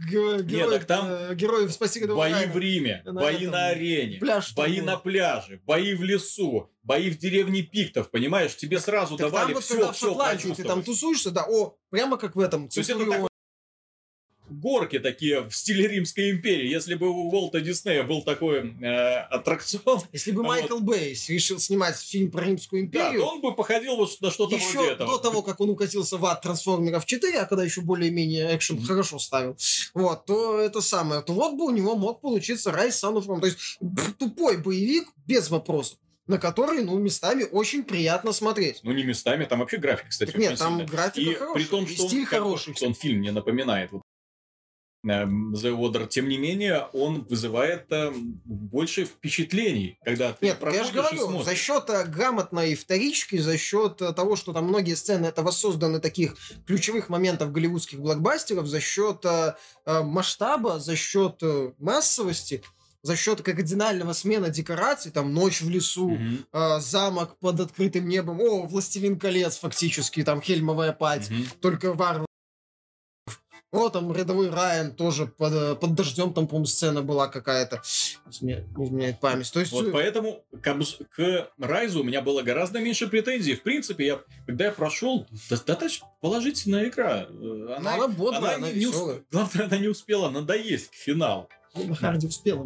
герой «Спаси рядового Райана». Бои в Риме, бои на арене, бои на пляже, бои в лесу, бои в деревне пиктов, понимаешь? Тебе сразу давали все почувствовать. Ты там тусуешься, прямо как в этом. То есть это такой горки такие в стиле Римской империи. Если бы у Уолта Диснея был такой аттракцион... Если бы Майкл Бэй решил снимать фильм про Римскую империю... Да, то он бы походил вот на что-то вроде этого. До того, как он укатился в ад Трансформеров 4, а когда еще более-менее экшен хорошо ставил, то это самое. То вот бы у него мог получиться Rise Son of Rome. То есть тупой боевик без вопросов, на который, местами очень приятно смотреть. Не местами, там вообще графика, кстати, так нет, там графика хорошая, при том, что стиль хороший. Он фильм не напоминает The Order, тем не менее, он вызывает больше впечатлений, когда ты проходишь. Я же говорю, за счет грамотной вторички, за счет того, что там многие сцены это воссозданы таких ключевых моментов голливудских блокбастеров, за счет масштаба, за счет массовости, за счет кардинального смена декораций, там ночь в лесу, замок под открытым небом, «Властелин колец» фактически, там Хельмовая пать, только варвар. Там рядовой Райан тоже под дождем, там, по-моему, сцена была какая-то. Не изменяет память. То есть... поэтому к Райзу у меня было гораздо меньше претензий. В принципе, когда я прошел, достаточно положительная игра. Она бодрая, она веселая. Главное, она не успела надоесть к финалу. На харде успела.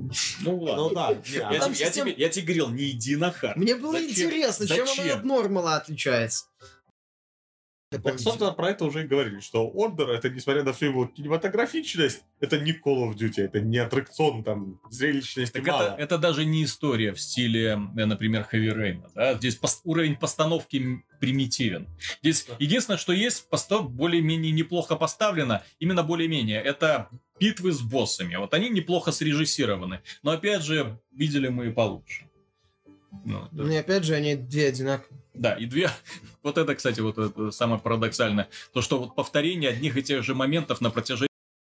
Я тебе говорил, не иди на хард. Мне было интересно, чем она от Нормала отличается. Так, собственно, про это уже и говорили, что Order, это, несмотря на всю его кинематографичность, это не Call of Duty, это не аттракцион, там, зрелищности мало. Это даже не история в стиле, например, Heavy Rain. Да? Здесь уровень постановки примитивен. Здесь единственное, что есть, более-менее неплохо поставлено, именно более-менее, это битвы с боссами. Вот они неплохо срежиссированы. Но, опять же, видели мы и получше. И опять же, они 2 одинаковые. Да, и 2. Вот это, кстати, вот это самое парадоксальное. То, что вот повторение одних и тех же моментов на протяжении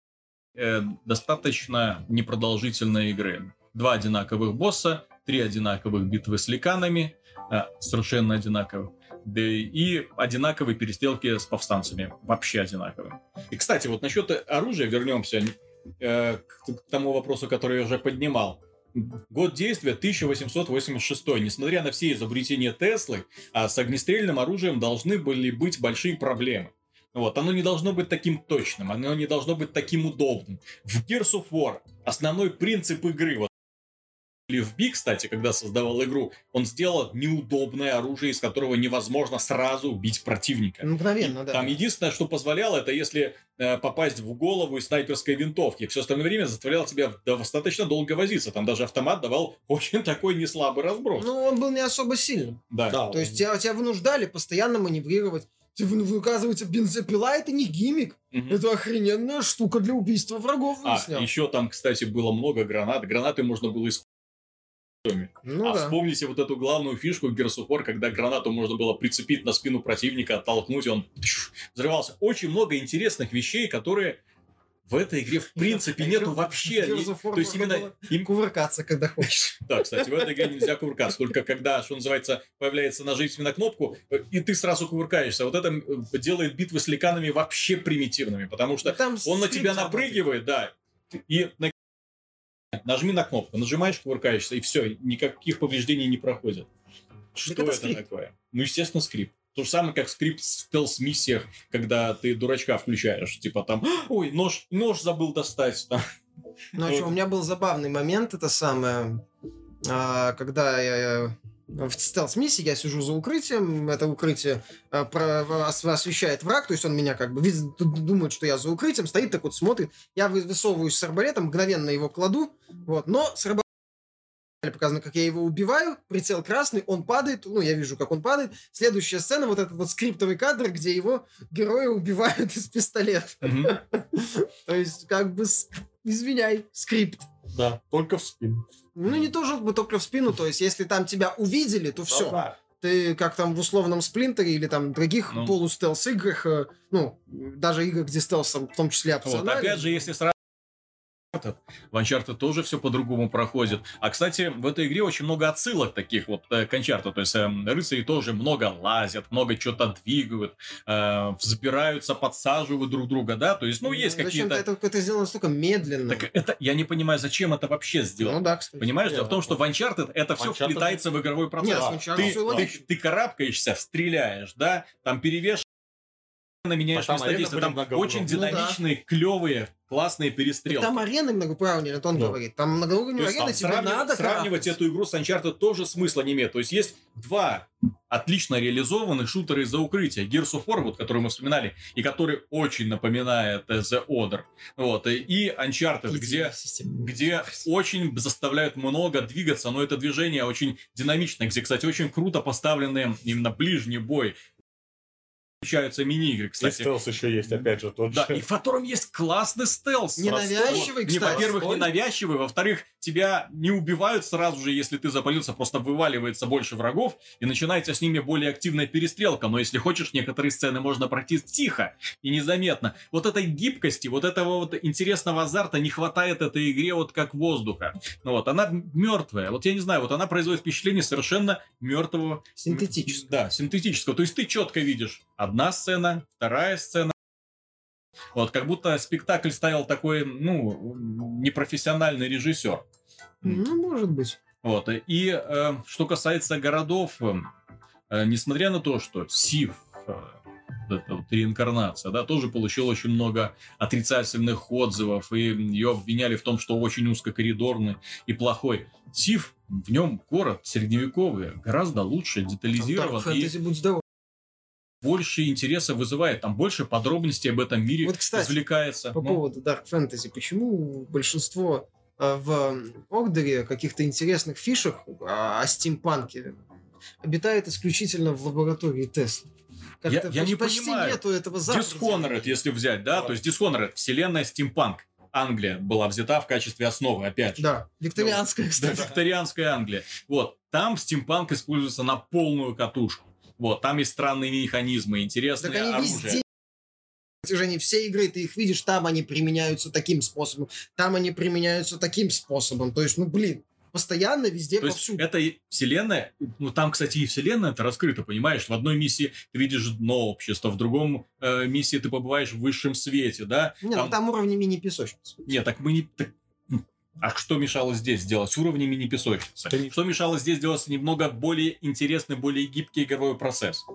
достаточно непродолжительной игры. 2 одинаковых босса, 3 одинаковых битвы с ликанами, совершенно одинаковых. Да и одинаковые перестрелки с повстанцами. Вообще одинаковые. И, кстати, вот насчет оружия вернемся к тому вопросу, который я уже поднимал. Год действия 1886. Несмотря на все изобретения Теслы, с огнестрельным оружием должны были быть большие проблемы. Оно не должно быть таким точным, оно не должно быть таким удобным. В Gears of War основной принцип игры, Лив Би, кстати, когда создавал игру, он сделал неудобное оружие, из которого невозможно сразу убить противника. Мгновенно, да. Там единственное, что позволяло, это если попасть в голову из снайперской винтовки. Все остальное время заставляло тебя достаточно долго возиться. Там даже автомат давал очень такой неслабый разброс. Он был не особо сильным. Да. То есть тебя вынуждали постоянно маневрировать. Оказывается, бензопила — это не гиммик. Это охрененная штука для убийства врагов. Еще там, кстати, было много гранат. Гранаты можно было использовать Ну, да. Вспомните вот эту главную фишку Gears of War, когда гранату можно было прицепить на спину противника, оттолкнуть, и он взрывался. Очень много интересных вещей, которые в этой игре в принципе нету вообще. То есть именно кувыркаться, когда хочешь. Да, кстати, в этой игре нельзя кувыркаться, только когда, что называется, появляется нажатие на кнопку, и ты сразу кувыркаешься. Вот это делает битвы с ликанами вообще примитивными, потому что он на тебя напрыгивает, да, и нажми на кнопку, нажимаешь, кувыркаешься, и все, никаких повреждений не проходит. Что это такое? Ну, естественно, скрипт. То же самое, как скрипт в стелс-миссиях, когда ты дурачка включаешь. Типа там, ой, нож забыл достать. Там. Ну, у меня был забавный момент, это самое, когда я в стелс-миссии, я сижу за укрытием, это укрытие освещает враг, то есть он меня как бы думает, что я за укрытием, стоит так вот, смотрит, я высовываюсь с арбалетом, мгновенно его кладу, вот, но с арбалетом показано, как я его убиваю, прицел красный, он падает, ну, я вижу, как он падает. Следующая сцена, вот этот вот скриптовый кадр, где его героя убивают из пистолета. То есть, как бы, извиняй, скрипт. Да, только в спину. Ну, не тоже только в спину, то есть, если там тебя увидели, то все. Ты как там в условном Сплинтере или там других полустелс играх, ну, даже играх, где стелс в том числе опциональный. Вот, опять же, если сразу в Uncharted тоже все по-другому проходит. А, кстати, в этой игре очень много отсылок таких вот к Uncharted. То есть рыцари тоже много лазят, много что-то двигают, взбираются, подсаживают друг друга, да? То есть, ну, есть какие-то... Это сделано настолько медленно. Так это, я не понимаю, зачем это вообще сделано. Ну да, кстати. Понимаешь, дело в том, что в Uncharted это все вплетается в игровой процесс. Нет, ты карабкаешься, стреляешь, да? Там перевешиваешь, меняешь местодействие. Там очень динамичные, клевые, классные перестрелки. Там арены правильно Антон говорит. Там многоуровневые арены, тебе надо сравнивать эту игру с Uncharted тоже смысла не имеет. То есть есть два отлично реализованных шутера из-за укрытия. Gears of War, вот, который мы вспоминали, и который очень напоминает The Order. Вот, и Uncharted, где очень заставляют много двигаться, но это движение очень динамичное, где, кстати, очень круто поставлены именно ближний бой. Включаются мини-игры, кстати. И стелс еще есть, опять же, тот да, же. и в котором есть классный стелс. Ненавязчивый, кстати. Во-первых, ненавязчивый, во-вторых, тебя не убивают сразу же, если ты запалился, просто вываливается больше врагов, и начинается с ними более активная перестрелка. Но если хочешь, некоторые сцены можно пройти тихо и незаметно. Вот этой гибкости, вот этого вот интересного азарта не хватает этой игре вот как воздуха. Ну вот, она мертвая. Вот я не знаю, вот она производит впечатление совершенно мертвого. Синтетического. Да, синтетического. То есть ты четко видишь одна сцена, вторая сцена. Вот, как будто спектакль ставил такой, ну, непрофессиональный режиссер. Ну, может быть. Вот, и что касается городов, несмотря на то, что Сив, эта вот реинкарнация, да, тоже получила очень много отрицательных отзывов, и ее обвиняли в том, что очень узкокоридорный и плохой. Сив, в нем город средневековый, гораздо лучше детализирован. Фэнтези, будь здоров. Больше интереса вызывает, там больше подробностей об этом мире вот, кстати, извлекается. По поводу Dark Fantasy, почему большинство в Ордере каких-то интересных фишек о стимпанке обитает исключительно в лаборатории Тесла? Я не понимаю. Нету этого запаха. Dishonored, если взять, да, то есть Dishonored, вселенная стимпанк. Англия была взята в качестве основы, опять же. Да, викторианская, кстати. Да, викторианская Англия. Вот, там стимпанк используется на полную катушку. Вот, там есть странные механизмы, интересные оружия. Везде. На протяжении всей игры ты их видишь, там они применяются таким способом, там они применяются таким способом. То есть, ну, блин, постоянно везде, то повсюду. Это вселенная, ну, там, кстати, и вселенная это раскрыта, понимаешь? В одной миссии ты видишь дно общества, в другом миссии ты побываешь в высшем свете, да? Нет, ну там уровни мини-песочницы. Нет, так мы не... А что мешало здесь сделать? Уровни мини-песочницы. Что мешало здесь сделать немного более интересный, более гибкий игровой процесс?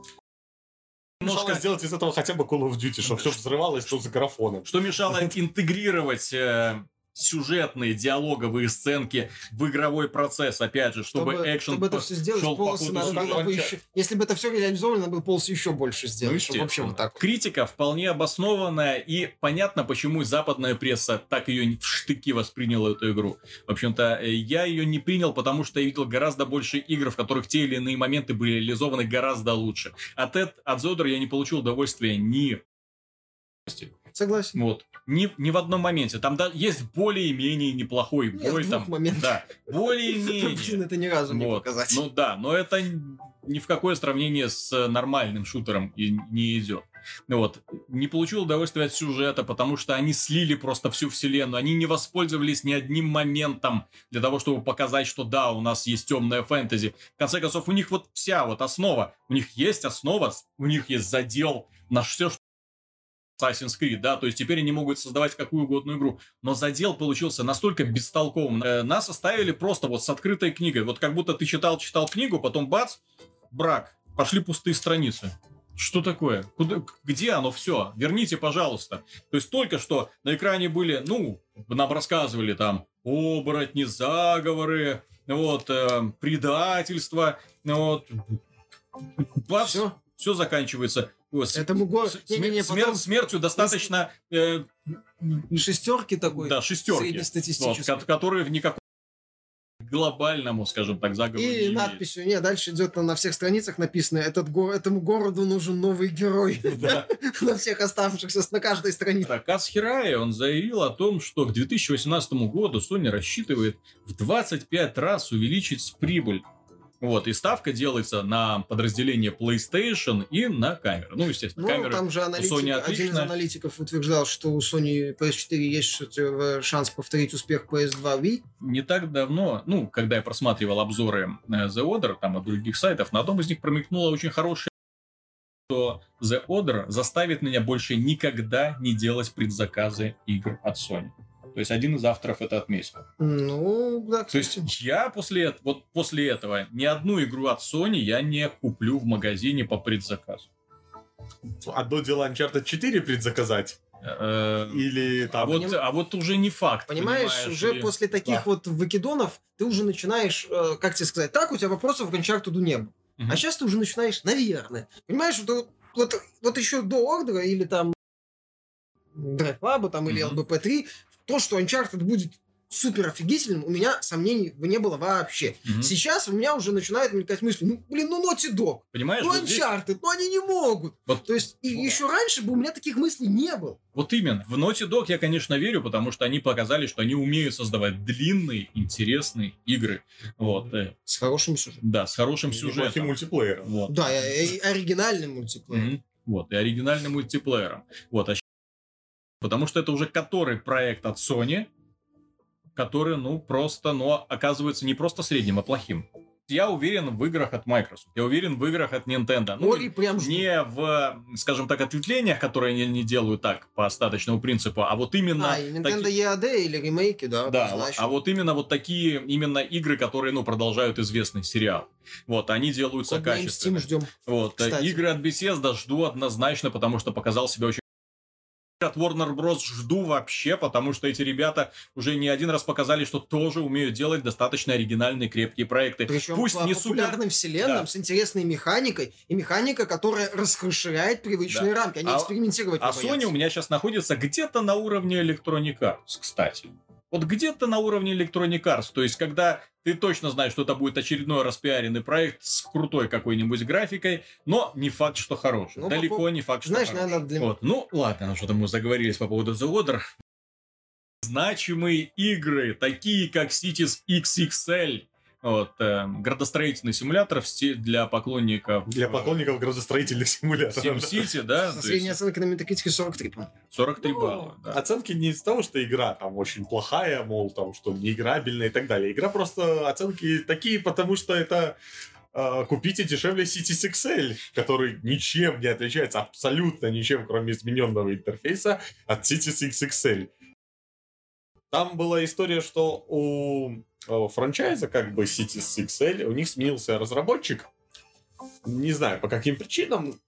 Мешало сделать из этого хотя бы Call of Duty, чтобы все взрывалось, что за графоном. Что мешало интегрировать сюжетные диалоговые сценки в игровой процесс, опять же, чтобы экшен чтобы это все сделать, полосы надо было бы еще... Если бы это все реализовано, надо было полосы еще больше сделать. Ну, чтобы вообще вот так. Критика вполне обоснованная, и понятно, почему западная пресса так ее в штыки восприняла, эту игру. В общем-то, я ее не принял, потому что я видел гораздо больше игр, в которых те или иные моменты были реализованы гораздо лучше. От The Order я не получил удовольствия ни... Согласен. Вот. Ни в одном моменте. Там есть более-менее неплохой бой. В двух моментах. Да, более-менее. Блин, это ни разу не показать. Ну да, но это ни в какое сравнение с нормальным шутером и не идет. Вот. Не получил удовольствия от сюжета, потому что они слили просто всю вселенную. Они не воспользовались ни одним моментом для того, чтобы показать, что да, у нас есть темная фэнтези. В конце концов, у них вот вся вот основа. У них есть основа, у них есть задел на все, что Assassin's Creed, да, то есть теперь они могут создавать какую угодно игру, но задел получился настолько бестолковым. Нас оставили просто вот с открытой книгой, вот как будто ты читал книгу, потом бац, брак, пошли пустые страницы. Что такое? Где оно все? Верните, пожалуйста. То есть только что на экране были, нам рассказывали там оборотни, заговоры, вот, предательство, вот, бац, все заканчивается. Этому смертью достаточно... шестерки такой. Да, шестерки. Среднестатистической. Вот, которые в никаком глобальному, скажем так, заговору и надписью, дальше идет на всех страницах написано, этому городу нужен новый герой. На всех оставшихся, на каждой странице. Каз Хирай, он заявил о том, что к 2018 году Sony рассчитывает в 25 раз увеличить прибыль. Вот, и ставка делается на подразделение PlayStation и на камеры. Ну, естественно, камеры там же у Sony отлично. Один из аналитиков утверждал, что у Sony PS4 есть шанс повторить успех PS2 Wii. Не так давно, когда я просматривал обзоры The Order, там, от других сайтов, на одном из них промелькнула очень хорошая, что The Order заставит меня больше никогда не делать предзаказы игр от Sony. То есть один из авторов это отметил. Да, кстати. То есть я после этого ни одну игру от Sony я не куплю в магазине по предзаказу. Одно дело Uncharted 4 предзаказать. Или там... А вот уже не факт. Понимаешь, уже после таких вот выкидонов ты уже начинаешь, как тебе сказать, так, у тебя вопросов к Uncharted не было. А сейчас ты уже начинаешь, наверное. Понимаешь, вот еще до Ордера или там Drive Club там, или LBP3, то, что Uncharted будет супер офигительным, у меня сомнений не было вообще. Сейчас у меня уже начинают мелькать мысли, Naughty Dog, понимаешь, Uncharted, здесь... они не могут. То есть, и еще раньше бы у меня таких мыслей не было. Вот именно. В Naughty Dog я, конечно, верю, потому что они показали, что они умеют создавать длинные, интересные игры. Вот. С хорошим сюжетом. Да, с хорошим сюжетом. И мультиплеером. Вот. Да, и оригинальным мультиплеером. Вот, и оригинальным мультиплеером. Вот, потому что это уже который проект от Sony, который, оказывается не просто средним, а плохим. Я уверен в играх от Microsoft, я уверен в играх от Nintendo. Не в, скажем так, ответвлениях, которые они не делают так, по остаточному принципу, а вот именно... и Nintendo EAD или ремейки, да. Да, а вот именно вот такие именно игры, которые, продолжают известный сериал. Вот, они делаются качественно. Steam ждем. Вот, игры от Bethesda жду однозначно, потому что показал себя очень... От Warner Bros. Жду вообще, потому что эти ребята уже не один раз показали, что тоже умеют делать достаточно оригинальные, крепкие проекты. Причем пусть по популярным вселенным, с интересной механикой, и механика, которая расширяет привычные рамки. Они экспериментировать не боятся. Sony у меня сейчас находится где-то на уровне Electronic Arts, кстати. Вот где-то на уровне Electronic Arts, то есть когда ты точно знаешь, что это будет очередной распиаренный проект с крутой какой-нибудь графикой, но не факт, что хороший. Далеко не факт, что хороший. Наверное, Вот. Ладно, что-то мы заговорились по поводу The Order. Значимые игры, такие как Cities XXL, градостроительный симулятор для поклонников... Для поклонников градостроительных симуляторов. SimCity, да? Средняя оценка на Метакритике 43. 43 балла, да. Оценки не из-за того, что игра там очень плохая, мол, там, что неиграбельная и так далее. Игра просто оценки такие, потому что это... купите дешевле Cities XL, который ничем не отличается, абсолютно ничем, кроме измененного интерфейса, от Cities XXL. Там была история, что у франчайза, как бы Cities XL, у них сменился разработчик. Не знаю, по каким причинам.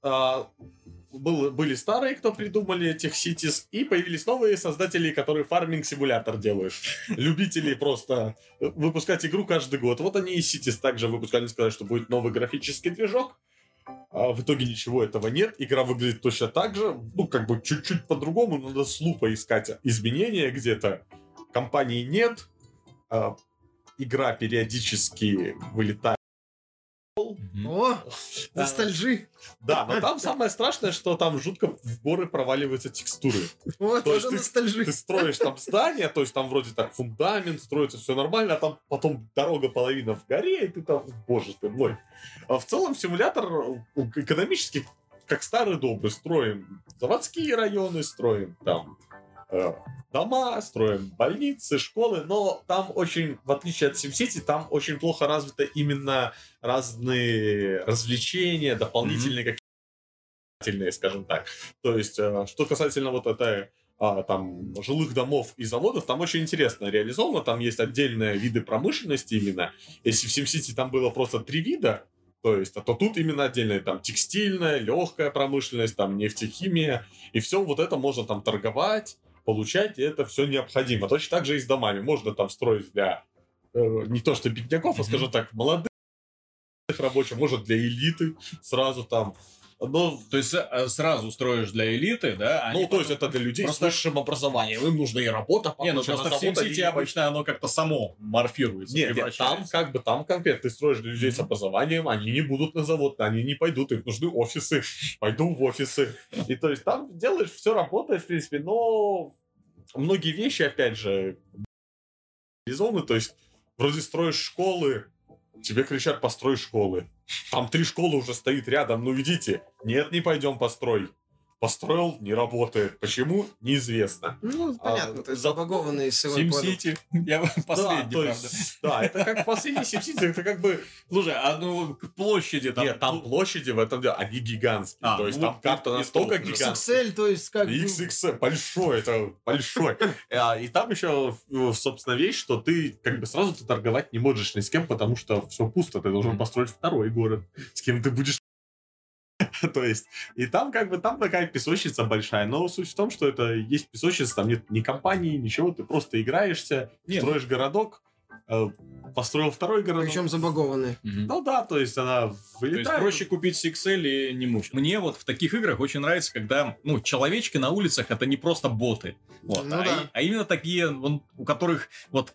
Были старые, кто придумали этих Cities, и появились новые создатели, которые фарминг-симулятор делают. Любители просто выпускать игру каждый год. Вот они и Cities также выпускали, сказали, что будет новый графический движок. А в итоге ничего этого нет. Игра выглядит точно так же. Чуть-чуть по-другому. Надо с лупой искать изменения где-то. Компании нет. Игра периодически вылетает. О, ностальжи. Да, но там самое страшное, что там жутко в горы проваливаются текстуры. Вот, То есть тоже ностальжи. Ты строишь там здание, то есть там вроде так фундамент, строится все нормально, а там потом дорога половина в горе, и ты там, боже ты мой. А в целом симулятор экономически, как старый добрый, строим заводские районы, строим там дома, строим больницы, школы, но там очень, в отличие от SimCity, там очень плохо развито именно разные развлечения, дополнительные какие-то, скажем так. То есть, что касательно вот этой там жилых домов и заводов, там очень интересно реализовано, там есть отдельные виды промышленности именно. Если в SimCity там было просто 3 вида, то есть, то тут именно отдельная там текстильная, легкая промышленность, там нефтехимия, и все вот это можно там торговать, получать, и это все необходимо. Точно так же и с домами. Можно там строить для не то что бедняков, а, скажем так, молодых рабочих, может для элиты сразу там. Но... То есть сразу строишь для элиты, да? Ну, то есть это для людей просто... с высшим образованием. Им нужна и работа. Не, ну просто в SimCity обычно оно как-то само морфируется. Нет, там конкретно ты строишь для людей с образованием, они не будут на завод, они не пойдут, им нужны офисы. Пойду в офисы. И то есть там делаешь, все работает, в принципе, но многие вещи, опять же, реализованы, то есть вроде строишь школы, тебе кричат, построй школы. Там 3 школы уже стоит рядом, ну идите. Нет, не пойдем построй. Построил, не работает. Почему? Неизвестно. Ну, понятно, то есть забагованные силой SimCity. Я последний, правда. Да, это как последний SimCity, это как бы... Слушай, а ну площади там... Нет, там площади в этом деле, они гигантские. То есть там карта настолько гигантская. XXL, то есть как... XXL, большой, это большой. И там еще, собственно, вещь, что ты как бы сразу торговать не можешь ни с кем, потому что все пусто. Ты должен построить второй город, с кем ты будешь. То есть, и там как бы там такая песочница большая, но суть в том, что это есть песочница, там нет ни компании, ничего, ты просто играешься, строишь городок, построил второй городок. Причем забагованный. Ну да, то есть она вылетает. То есть проще купить CXL и не мучить. Мне вот в таких играх очень нравится, когда, ну, человечки на улицах это не просто боты. Вот, ну, да. А именно такие, у которых вот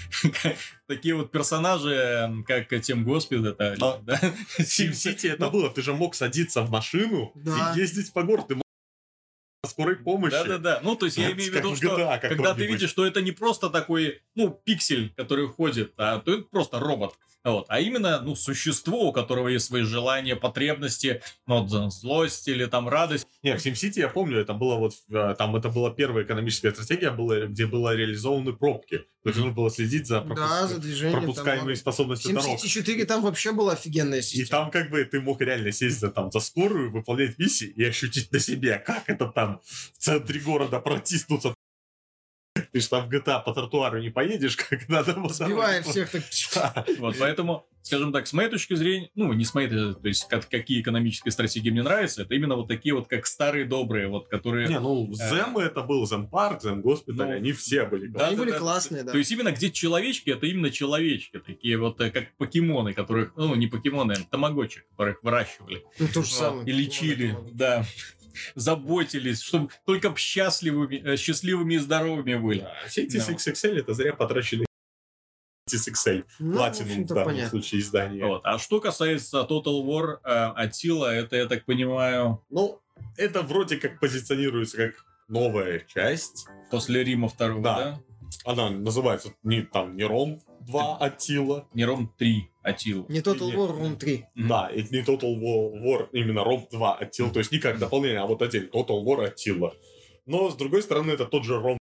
такие вот персонажи, как Team Hospital, это, да? SimCity это было, ты же мог садиться в машину и ездить по городу, ты мог скорой помощи. Да-да-да. Ну, то есть я имею в виду, что когда ты видишь, что это не просто такой, ну, пиксель, который ходит, то это просто робот. Вот. А именно, ну, существо, у которого есть свои желания, потребности, ну, вот, злость или там радость. Не, в SimCity я помню, это было вот, там это была первая экономическая стратегия, где было реализованы пробки. То есть нужно было следить за пропускаемой способностью дорог. В SimCity 4 там вообще была офигенная система. И там как бы ты мог реально сесть за скорую, выполнять миссии и ощутить на себе, как это там в центре города протиснуться. Ты ж там в GTA по тротуару не поедешь, как надо. Сбивая всех так. Вот, поэтому, скажем так, с моей точки зрения, ну, не с моей, то есть, какие экономические стратегии мне нравятся, это именно вот такие вот, как старые добрые, вот, которые... Не, ну, Зем это был, Зем-парк, Зем-госпиталь, они все были классные. Они были классные, да. То есть, именно где человечки, это именно человечки, такие вот, как покемоны, которых, ну, не покемоны, а тамагочи, которых выращивали. Ну, то же самое. И лечили, да. Заботились, чтобы только счастливыми и здоровыми были. Да, все эти XXL это зря потраченные XXL. Платинум в данном случае издания. Вот. А что касается Total War Attila, это, я так понимаю... Ну, это вроде как позиционируется как новая часть. После Рима 2, да? Она называется не Ром 2 Attila. Не Ром 3 Attila. Не Total War, Ром 3. Да, и не Total War, именно Ром 2 Attila. То есть не как дополнение, а вот отдельно Total War Attila. Но, с другой стороны, это тот же Ром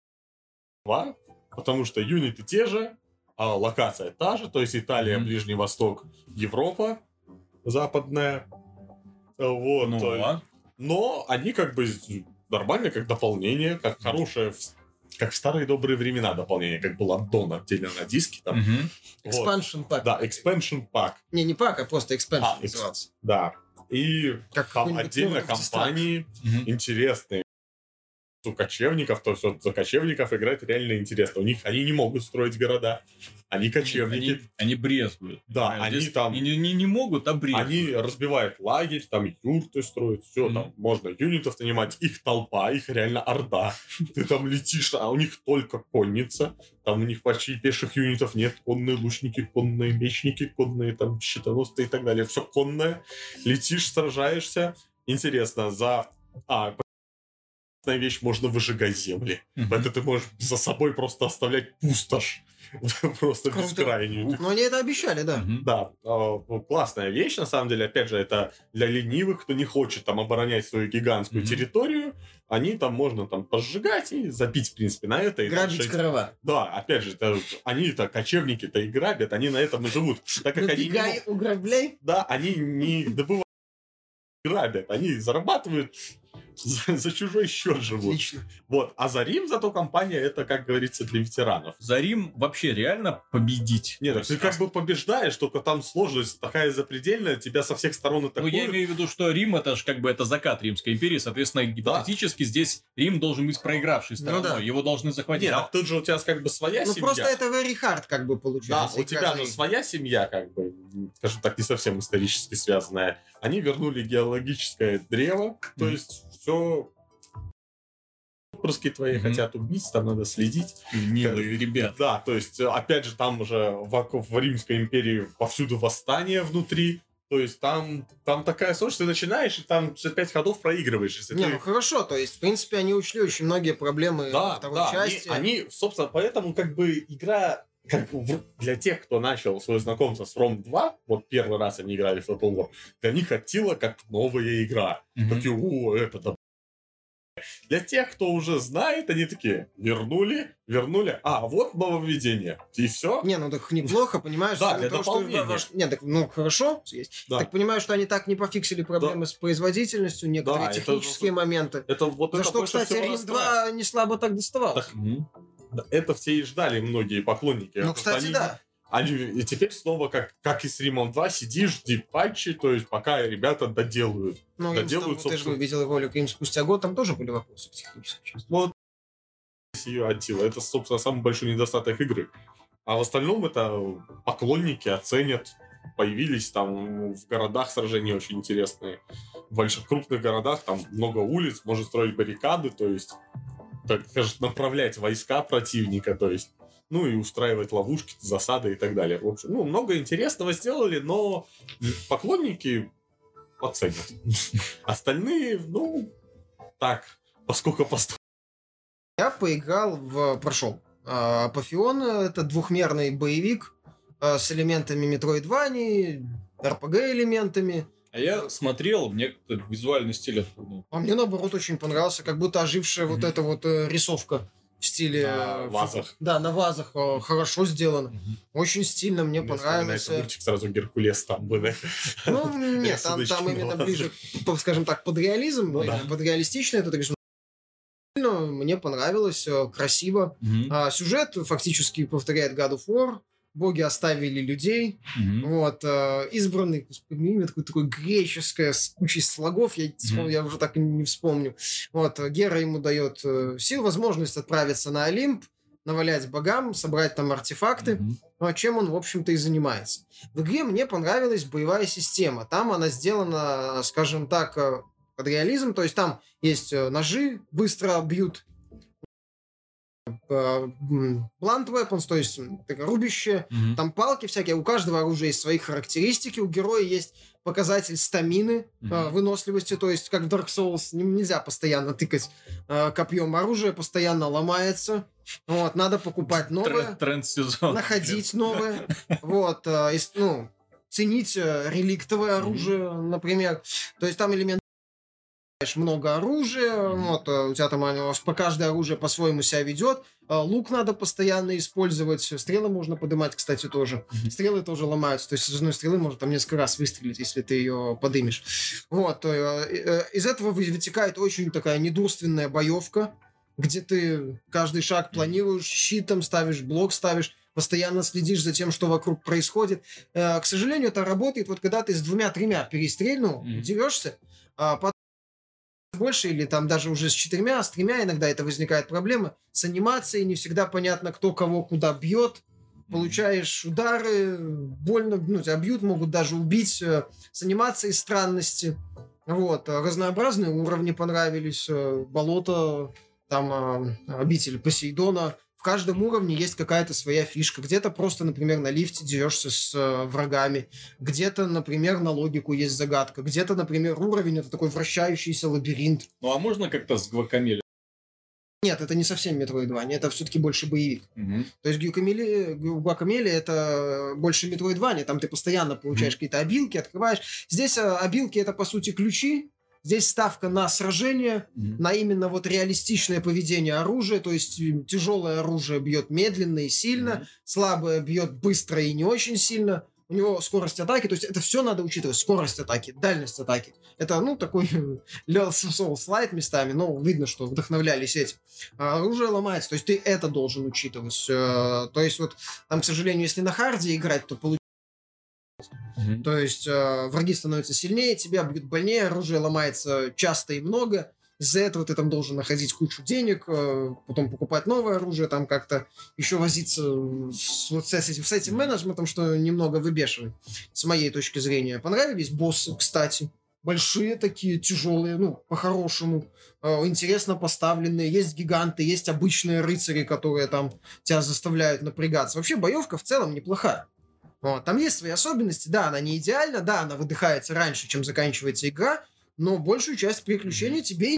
2, потому что юниты те же, а локация та же, то есть Италия, Ближний Восток, Европа западная. Вот. Но они как бы нормально, как дополнение, как хорошее... Как в старые добрые времена дополнение, как был аддон отдельно на диске. Там. Expansion Pack. Да, Expansion Pack. Не пак, а просто Expansion назывался. Да. И как там отдельно компании интересные. у кочевников, то есть вот за кочевников играть реально интересно. У них они не могут строить города. Они кочевники. Они брезгуют. Да, они здесь там... Не могут, а брезгуют. Они разбивают лагерь, там юрты строят, все, там можно юнитов нанимать. Их толпа, их реально орда. Ты там летишь, а у них только конница. Там у них почти пеших юнитов нет. Конные лучники, конные мечники, конные там щитоносцы и так далее. Все конное. Летишь, сражаешься. Интересно, вещь, можно выжигать земли. Это ты можешь за собой просто оставлять пустошь. Просто бескрайнюю. Но они это обещали, да. Да, классная вещь, на самом деле. Опять же, это для ленивых, кто не хочет там оборонять свою гигантскую территорию. Они там можно там пожигать и забить, в принципе, на это. Грабить караван. Да, опять же, они-то, кочевники-то и грабят, они на этом и живут. Так как они уграбляй. Да, они не добывают, грабят, они зарабатывают за чужой счет живут. Отлично. Вот. А за Рим зато компания это, как говорится, для ветеранов. За Рим вообще реально победить? Нет, ты как бы побеждаешь, только там сложность такая запредельная, тебя со всех сторон атакуют. Ну, я имею в виду, что Рим это же как бы это закат Римской империи, соответственно, гипотетически здесь Рим должен быть проигравшей стороной, да. Его должны захватить. Нет, тут же у тебя как бы своя семья. Ну, просто это very hard как бы Да, получается. у тебя же своя семья, как бы, скажем так, не совсем исторически связанная. Они вернули геологическое древо, то есть все... Отпрыски твои хотят убить, там надо следить. Милые ребята. Да, то есть, опять же, там уже в Римской империи повсюду восстание внутри. То есть там такая сложность, ты начинаешь, и там 5 ходов проигрываешь. Если ну хорошо, то есть, в принципе, они учли очень многие проблемы второй части. Они, собственно, поэтому как бы игра... для тех, кто начал свое знакомство с Ром 2, вот первый раз они играли в Total War, для них Аттила как новая игра. Такие, это да. Для тех, кто уже знает, они такие, вернули, вот нововведение, и все. Не, ну так неплохо, понимаешь? Да, для дополнения. Нет, так, ну хорошо, есть. Так понимаю, что они так не пофиксили проблемы с производительностью, некоторые технические моменты. Это вот за что, кстати, Рим 2 не слабо так доставался. Это все и ждали многие поклонники. Ну, кстати, да. И теперь снова, как и с Римом 2, сидишь, жди патчи, то есть пока ребята доделают. Ну, доделают, ты же видел его Рим спустя год, там тоже были вопросы к технической части. Вот ее Аттила. Это, собственно, самый большой недостаток игры. А в остальном это поклонники оценят. Появились там в городах сражения очень интересные. В больших крупных городах там много улиц, можно строить баррикады, то есть, так скажем, направлять войска противника, то есть, ну и устраивать ловушки, засады и так далее. В общем, ну, много интересного сделали, но поклонники оценят. Остальные, ну, так, поскольку Я прошел Апофеон, это двухмерный боевик с элементами Метроидвании, RPG-элементами. А я смотрел, мне визуальный стиль... А мне, наоборот, очень понравился, как будто ожившая вот эта вот рисовка в стиле... На вазах. Да, на вазах хорошо сделано. Очень стильно, мне понравилось. Мультик сразу Геркулес там был. Ну, нет, там именно ближе, скажем так, под реализм, под реалистично это рисунок. Мне понравилось, красиво. Сюжет фактически повторяет God of War. Боги оставили людей. Вот. Избранный, имя такое греческое, с кучей слогов, я уже так и не вспомню. Вот. Гера ему дает сил, возможность отправиться на Олимп, навалять богам, собрать там артефакты, чем он, в общем-то, и занимается. В игре мне понравилась боевая система. Там она сделана, скажем так, под реализм, то есть там есть ножи, быстро бьют, blunt weapons, то есть рубище, там палки всякие, у каждого оружия есть свои характеристики, у героя есть показатель стамины, выносливости, то есть как в Dark Souls нельзя постоянно тыкать копьем, оружие постоянно ломается, вот, надо покупать новое, находить новое, вот, ценить реликтовое оружие, например, то есть там элемент много оружия, вот, у тебя там по каждое оружие по-своему себя ведет, лук надо постоянно использовать, стрелы можно поднимать, кстати, тоже. Стрелы тоже ломаются, то есть с одной стрелы можно там несколько раз выстрелить, если ты ее подымешь. Вот, из этого вытекает очень такая недурственная боевка, где ты каждый шаг планируешь, щит там ставишь, блок ставишь, постоянно следишь за тем, что вокруг происходит. К сожалению, это работает, вот когда ты с 2-3 перестрельнул, дерешься, больше, или там даже уже с 4, с 3 иногда это возникает проблема. С анимацией не всегда понятно, кто кого куда бьет. Получаешь удары, больно, тебя бьют, могут даже убить. С анимацией странности. Вот. Разнообразные уровни понравились. Болото, там обитель Посейдона. В каждом уровне есть какая-то своя фишка. Где-то просто, например, на лифте дерешься с врагами. Где-то, например, на логику есть загадка. Где-то, например, уровень — это такой вращающийся лабиринт. Ну, а можно как-то с Гвакамеле? Нет, это не совсем Metroidvania, это все-таки больше боевик. То есть Гвакамеле — это больше Metroidvania, там ты постоянно получаешь какие-то обилки, открываешь. Здесь обилки — это, по сути, ключи. Здесь ставка на сражение, на именно вот реалистичное поведение оружия, то есть тяжелое оружие бьет медленно и сильно, слабое бьет быстро и не очень сильно. У него скорость атаки, то есть это все надо учитывать. Скорость атаки, дальность атаки. Это, такой Souls-лайт местами, но видно, что вдохновлялись этим. А оружие ломается, то есть ты это должен учитывать. То есть вот там, к сожалению, если на харде играть, то получается. То есть враги становятся сильнее, тебя бьют больнее, оружие ломается часто и много. Из-за этого ты там должен находить кучу денег, потом покупать новое оружие, там как-то еще возиться с этим менеджментом, что немного выбешивает, с моей точки зрения. Понравились боссы, кстати. Большие такие, тяжелые, по-хорошему, интересно поставленные. Есть гиганты, есть обычные рыцари, которые там тебя заставляют напрягаться. Вообще боевка в целом неплохая. Вот. Там есть свои особенности, да, она не идеальна, да, она выдыхается раньше, чем заканчивается игра, но большую часть приключений тебе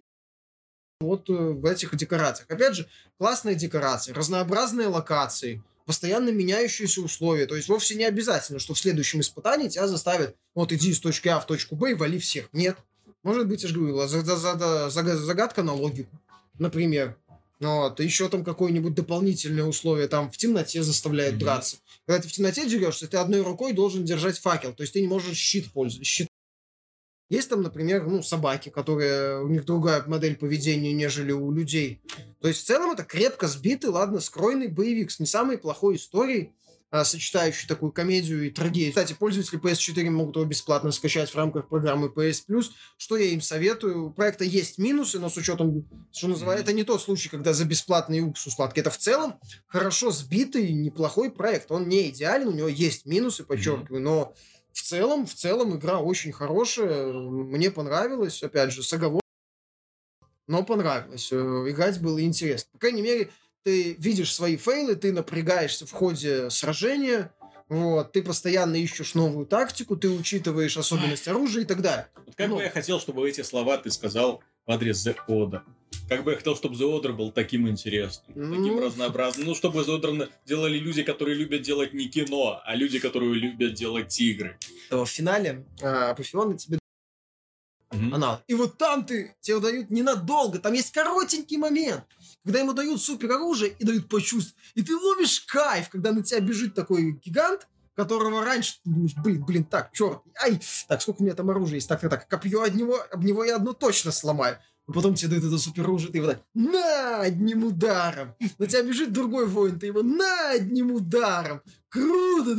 вот в этих декорациях. Опять же, классные декорации, разнообразные локации, постоянно меняющиеся условия. То есть вовсе не обязательно, что в следующем испытании тебя заставят вот иди из точки А в точку Б и вали всех. Нет. Может быть, я же говорил, загадка на логику, например. Вот. Еще там какое-нибудь дополнительное условие, там в темноте заставляет драться. Когда ты в темноте дерешься, ты одной рукой должен держать факел, то есть ты не можешь щит пользоваться. Есть там, например, собаки, которые у них другая модель поведения, нежели у людей. То есть в целом это крепко сбитый, ладно, скроенный боевик с не самой плохой историей, сочетающий такую комедию и трагедию. Кстати, пользователи PS4 могут его бесплатно скачать в рамках программы PS Plus, что я им советую. У проекта есть минусы, но с учетом, что называется, это не тот случай, когда за бесплатный уксус сладкий. Это в целом хорошо сбитый, неплохой проект. Он не идеален, у него есть минусы, подчеркиваю, но в целом игра очень хорошая. Мне понравилось, опять же, с оговоркой, но понравилось. Играть было интересно. По крайней мере, ты видишь свои фейлы, ты напрягаешься в ходе сражения, вот, ты постоянно ищешь новую тактику, ты учитываешь особенности оружия и так далее. Вот как бы я хотел, чтобы эти слова ты сказал в адрес The Order. Как бы я хотел, чтобы The Order был таким интересным, таким разнообразным. Чтобы The Order делали люди, которые любят делать не кино, а люди, которые любят делать игры. В финале Апофеон тебе анал. И вот там тебе дают ненадолго, там есть коротенький момент, когда ему дают супероружие и дают почувствовать. И ты ловишь кайф, когда на тебя бежит такой гигант, которого раньше ты думаешь, блин, так, черт, так, сколько у меня там оружия есть, так, копье об него я одно точно сломаю. А потом тебе дают это супероружие, ты его так, на, одним ударом. На тебя бежит другой воин, ты его на, одним ударом. Круто!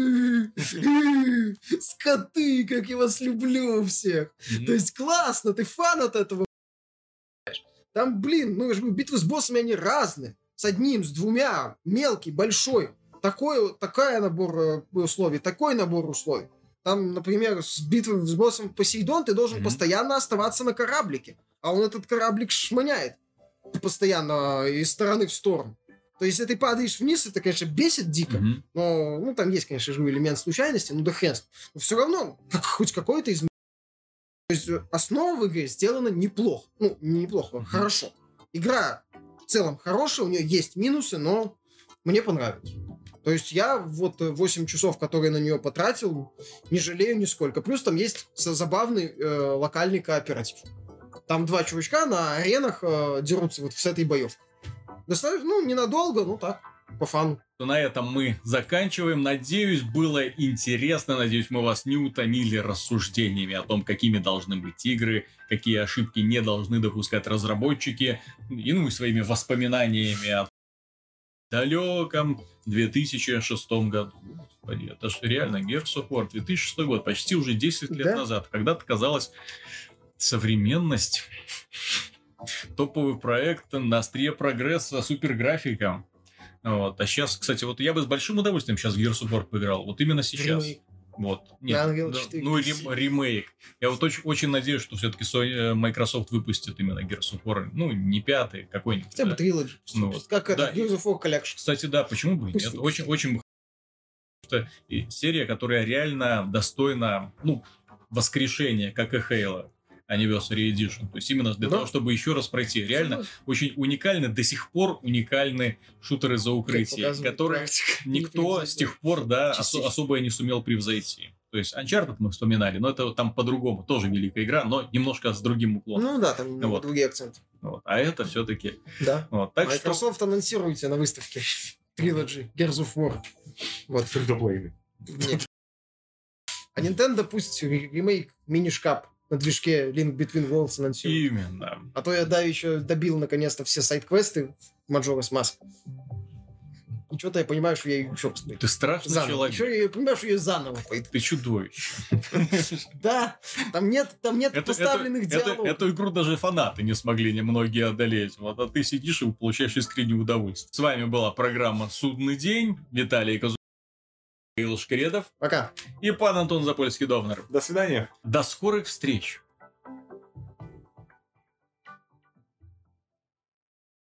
Скоты, как я вас люблю всех. То есть классно, ты фан от этого. Там, я же говорю, битвы с боссами, они разные. С одним, с двумя, мелкий, большой. Такой набор условий, такой набор условий. Там, например, с битвой с боссом Посейдон ты должен постоянно оставаться на кораблике. А он этот кораблик шманяет постоянно из стороны в сторону. То есть, если ты падаешь вниз, это, конечно, бесит дико. Но, там есть, конечно же, элемент случайности, да хрен. Но все равно, хоть какой-то изменение. То есть, основа в игре сделана неплохо. Не неплохо, хорошо. Игра в целом хорошая, у нее есть минусы, но мне понравилось. То есть я 8 часов, которые на нее потратил, не жалею нисколько. Плюс там есть забавный локальный кооператив. Там 2 чувачка на аренах дерутся с этой боевкой. Достаточно, ненадолго, так, по фану. На этом мы заканчиваем. Надеюсь, было интересно. Надеюсь, мы вас не утомили рассуждениями о том, какими должны быть игры, какие ошибки не должны допускать разработчики. И своими воспоминаниями о далеком 2006 году. Господи, это же реально Gears of War 2006 год, почти уже 10 лет назад. Когда-то казалось, Современность. Топовый проект на острие прогресса, суперграфика. Вот. А сейчас, кстати, вот я бы с большим удовольствием сейчас в Gears of War поиграл. Вот именно сейчас. Ремейк. Вот. Нет, ремейк. Я вот очень надеюсь, что все-таки Microsoft выпустит именно Gears of War. Ну, не 5-й, какой-нибудь. Хотя бы Trilogy. Ну, вот. Как это, Gears of War Collection. Кстати, да, почему бы нет? Очень что серия, которая реально достойна, воскрешения, как и Halo Anniversary Edition. То есть именно для того, чтобы еще раз пройти. Реально очень уникальны, до сих пор уникальны шутеры за укрытие, которые никто с тех пор, особо не сумел превзойти. То есть Uncharted мы вспоминали, но это там по-другому. Тоже великая игра, но немножко с другим уклоном. Ну да, там другие акценты. Вот. А это все-таки... Да. Вот. Так Microsoft анонсируете на выставке Trilogy, Gears of War. Вот. Фридоплейный. Нет. А Nintendo пусть ремейк мини-шкаф на движке Link Between Worlds анонсирует. Именно. А то я еще добил наконец-то все сайд-квесты в Majora's Mask. И что-то я понимаю, что я ее еще посмотрю. Ты страшный человек. Еще я понимаю, что я заново пойду. Ты чудовище. Да, там нет поставленных диалогов. Эту игру даже фанаты не смогли немногие одолеть. Вот, а ты сидишь и получаешь искреннее удовольствие. С вами была программа «Судный день». Виталий Казу... Михаил Шкредов. Пока. И пан Антон Запольский-Довнер. До свидания. До скорых встреч.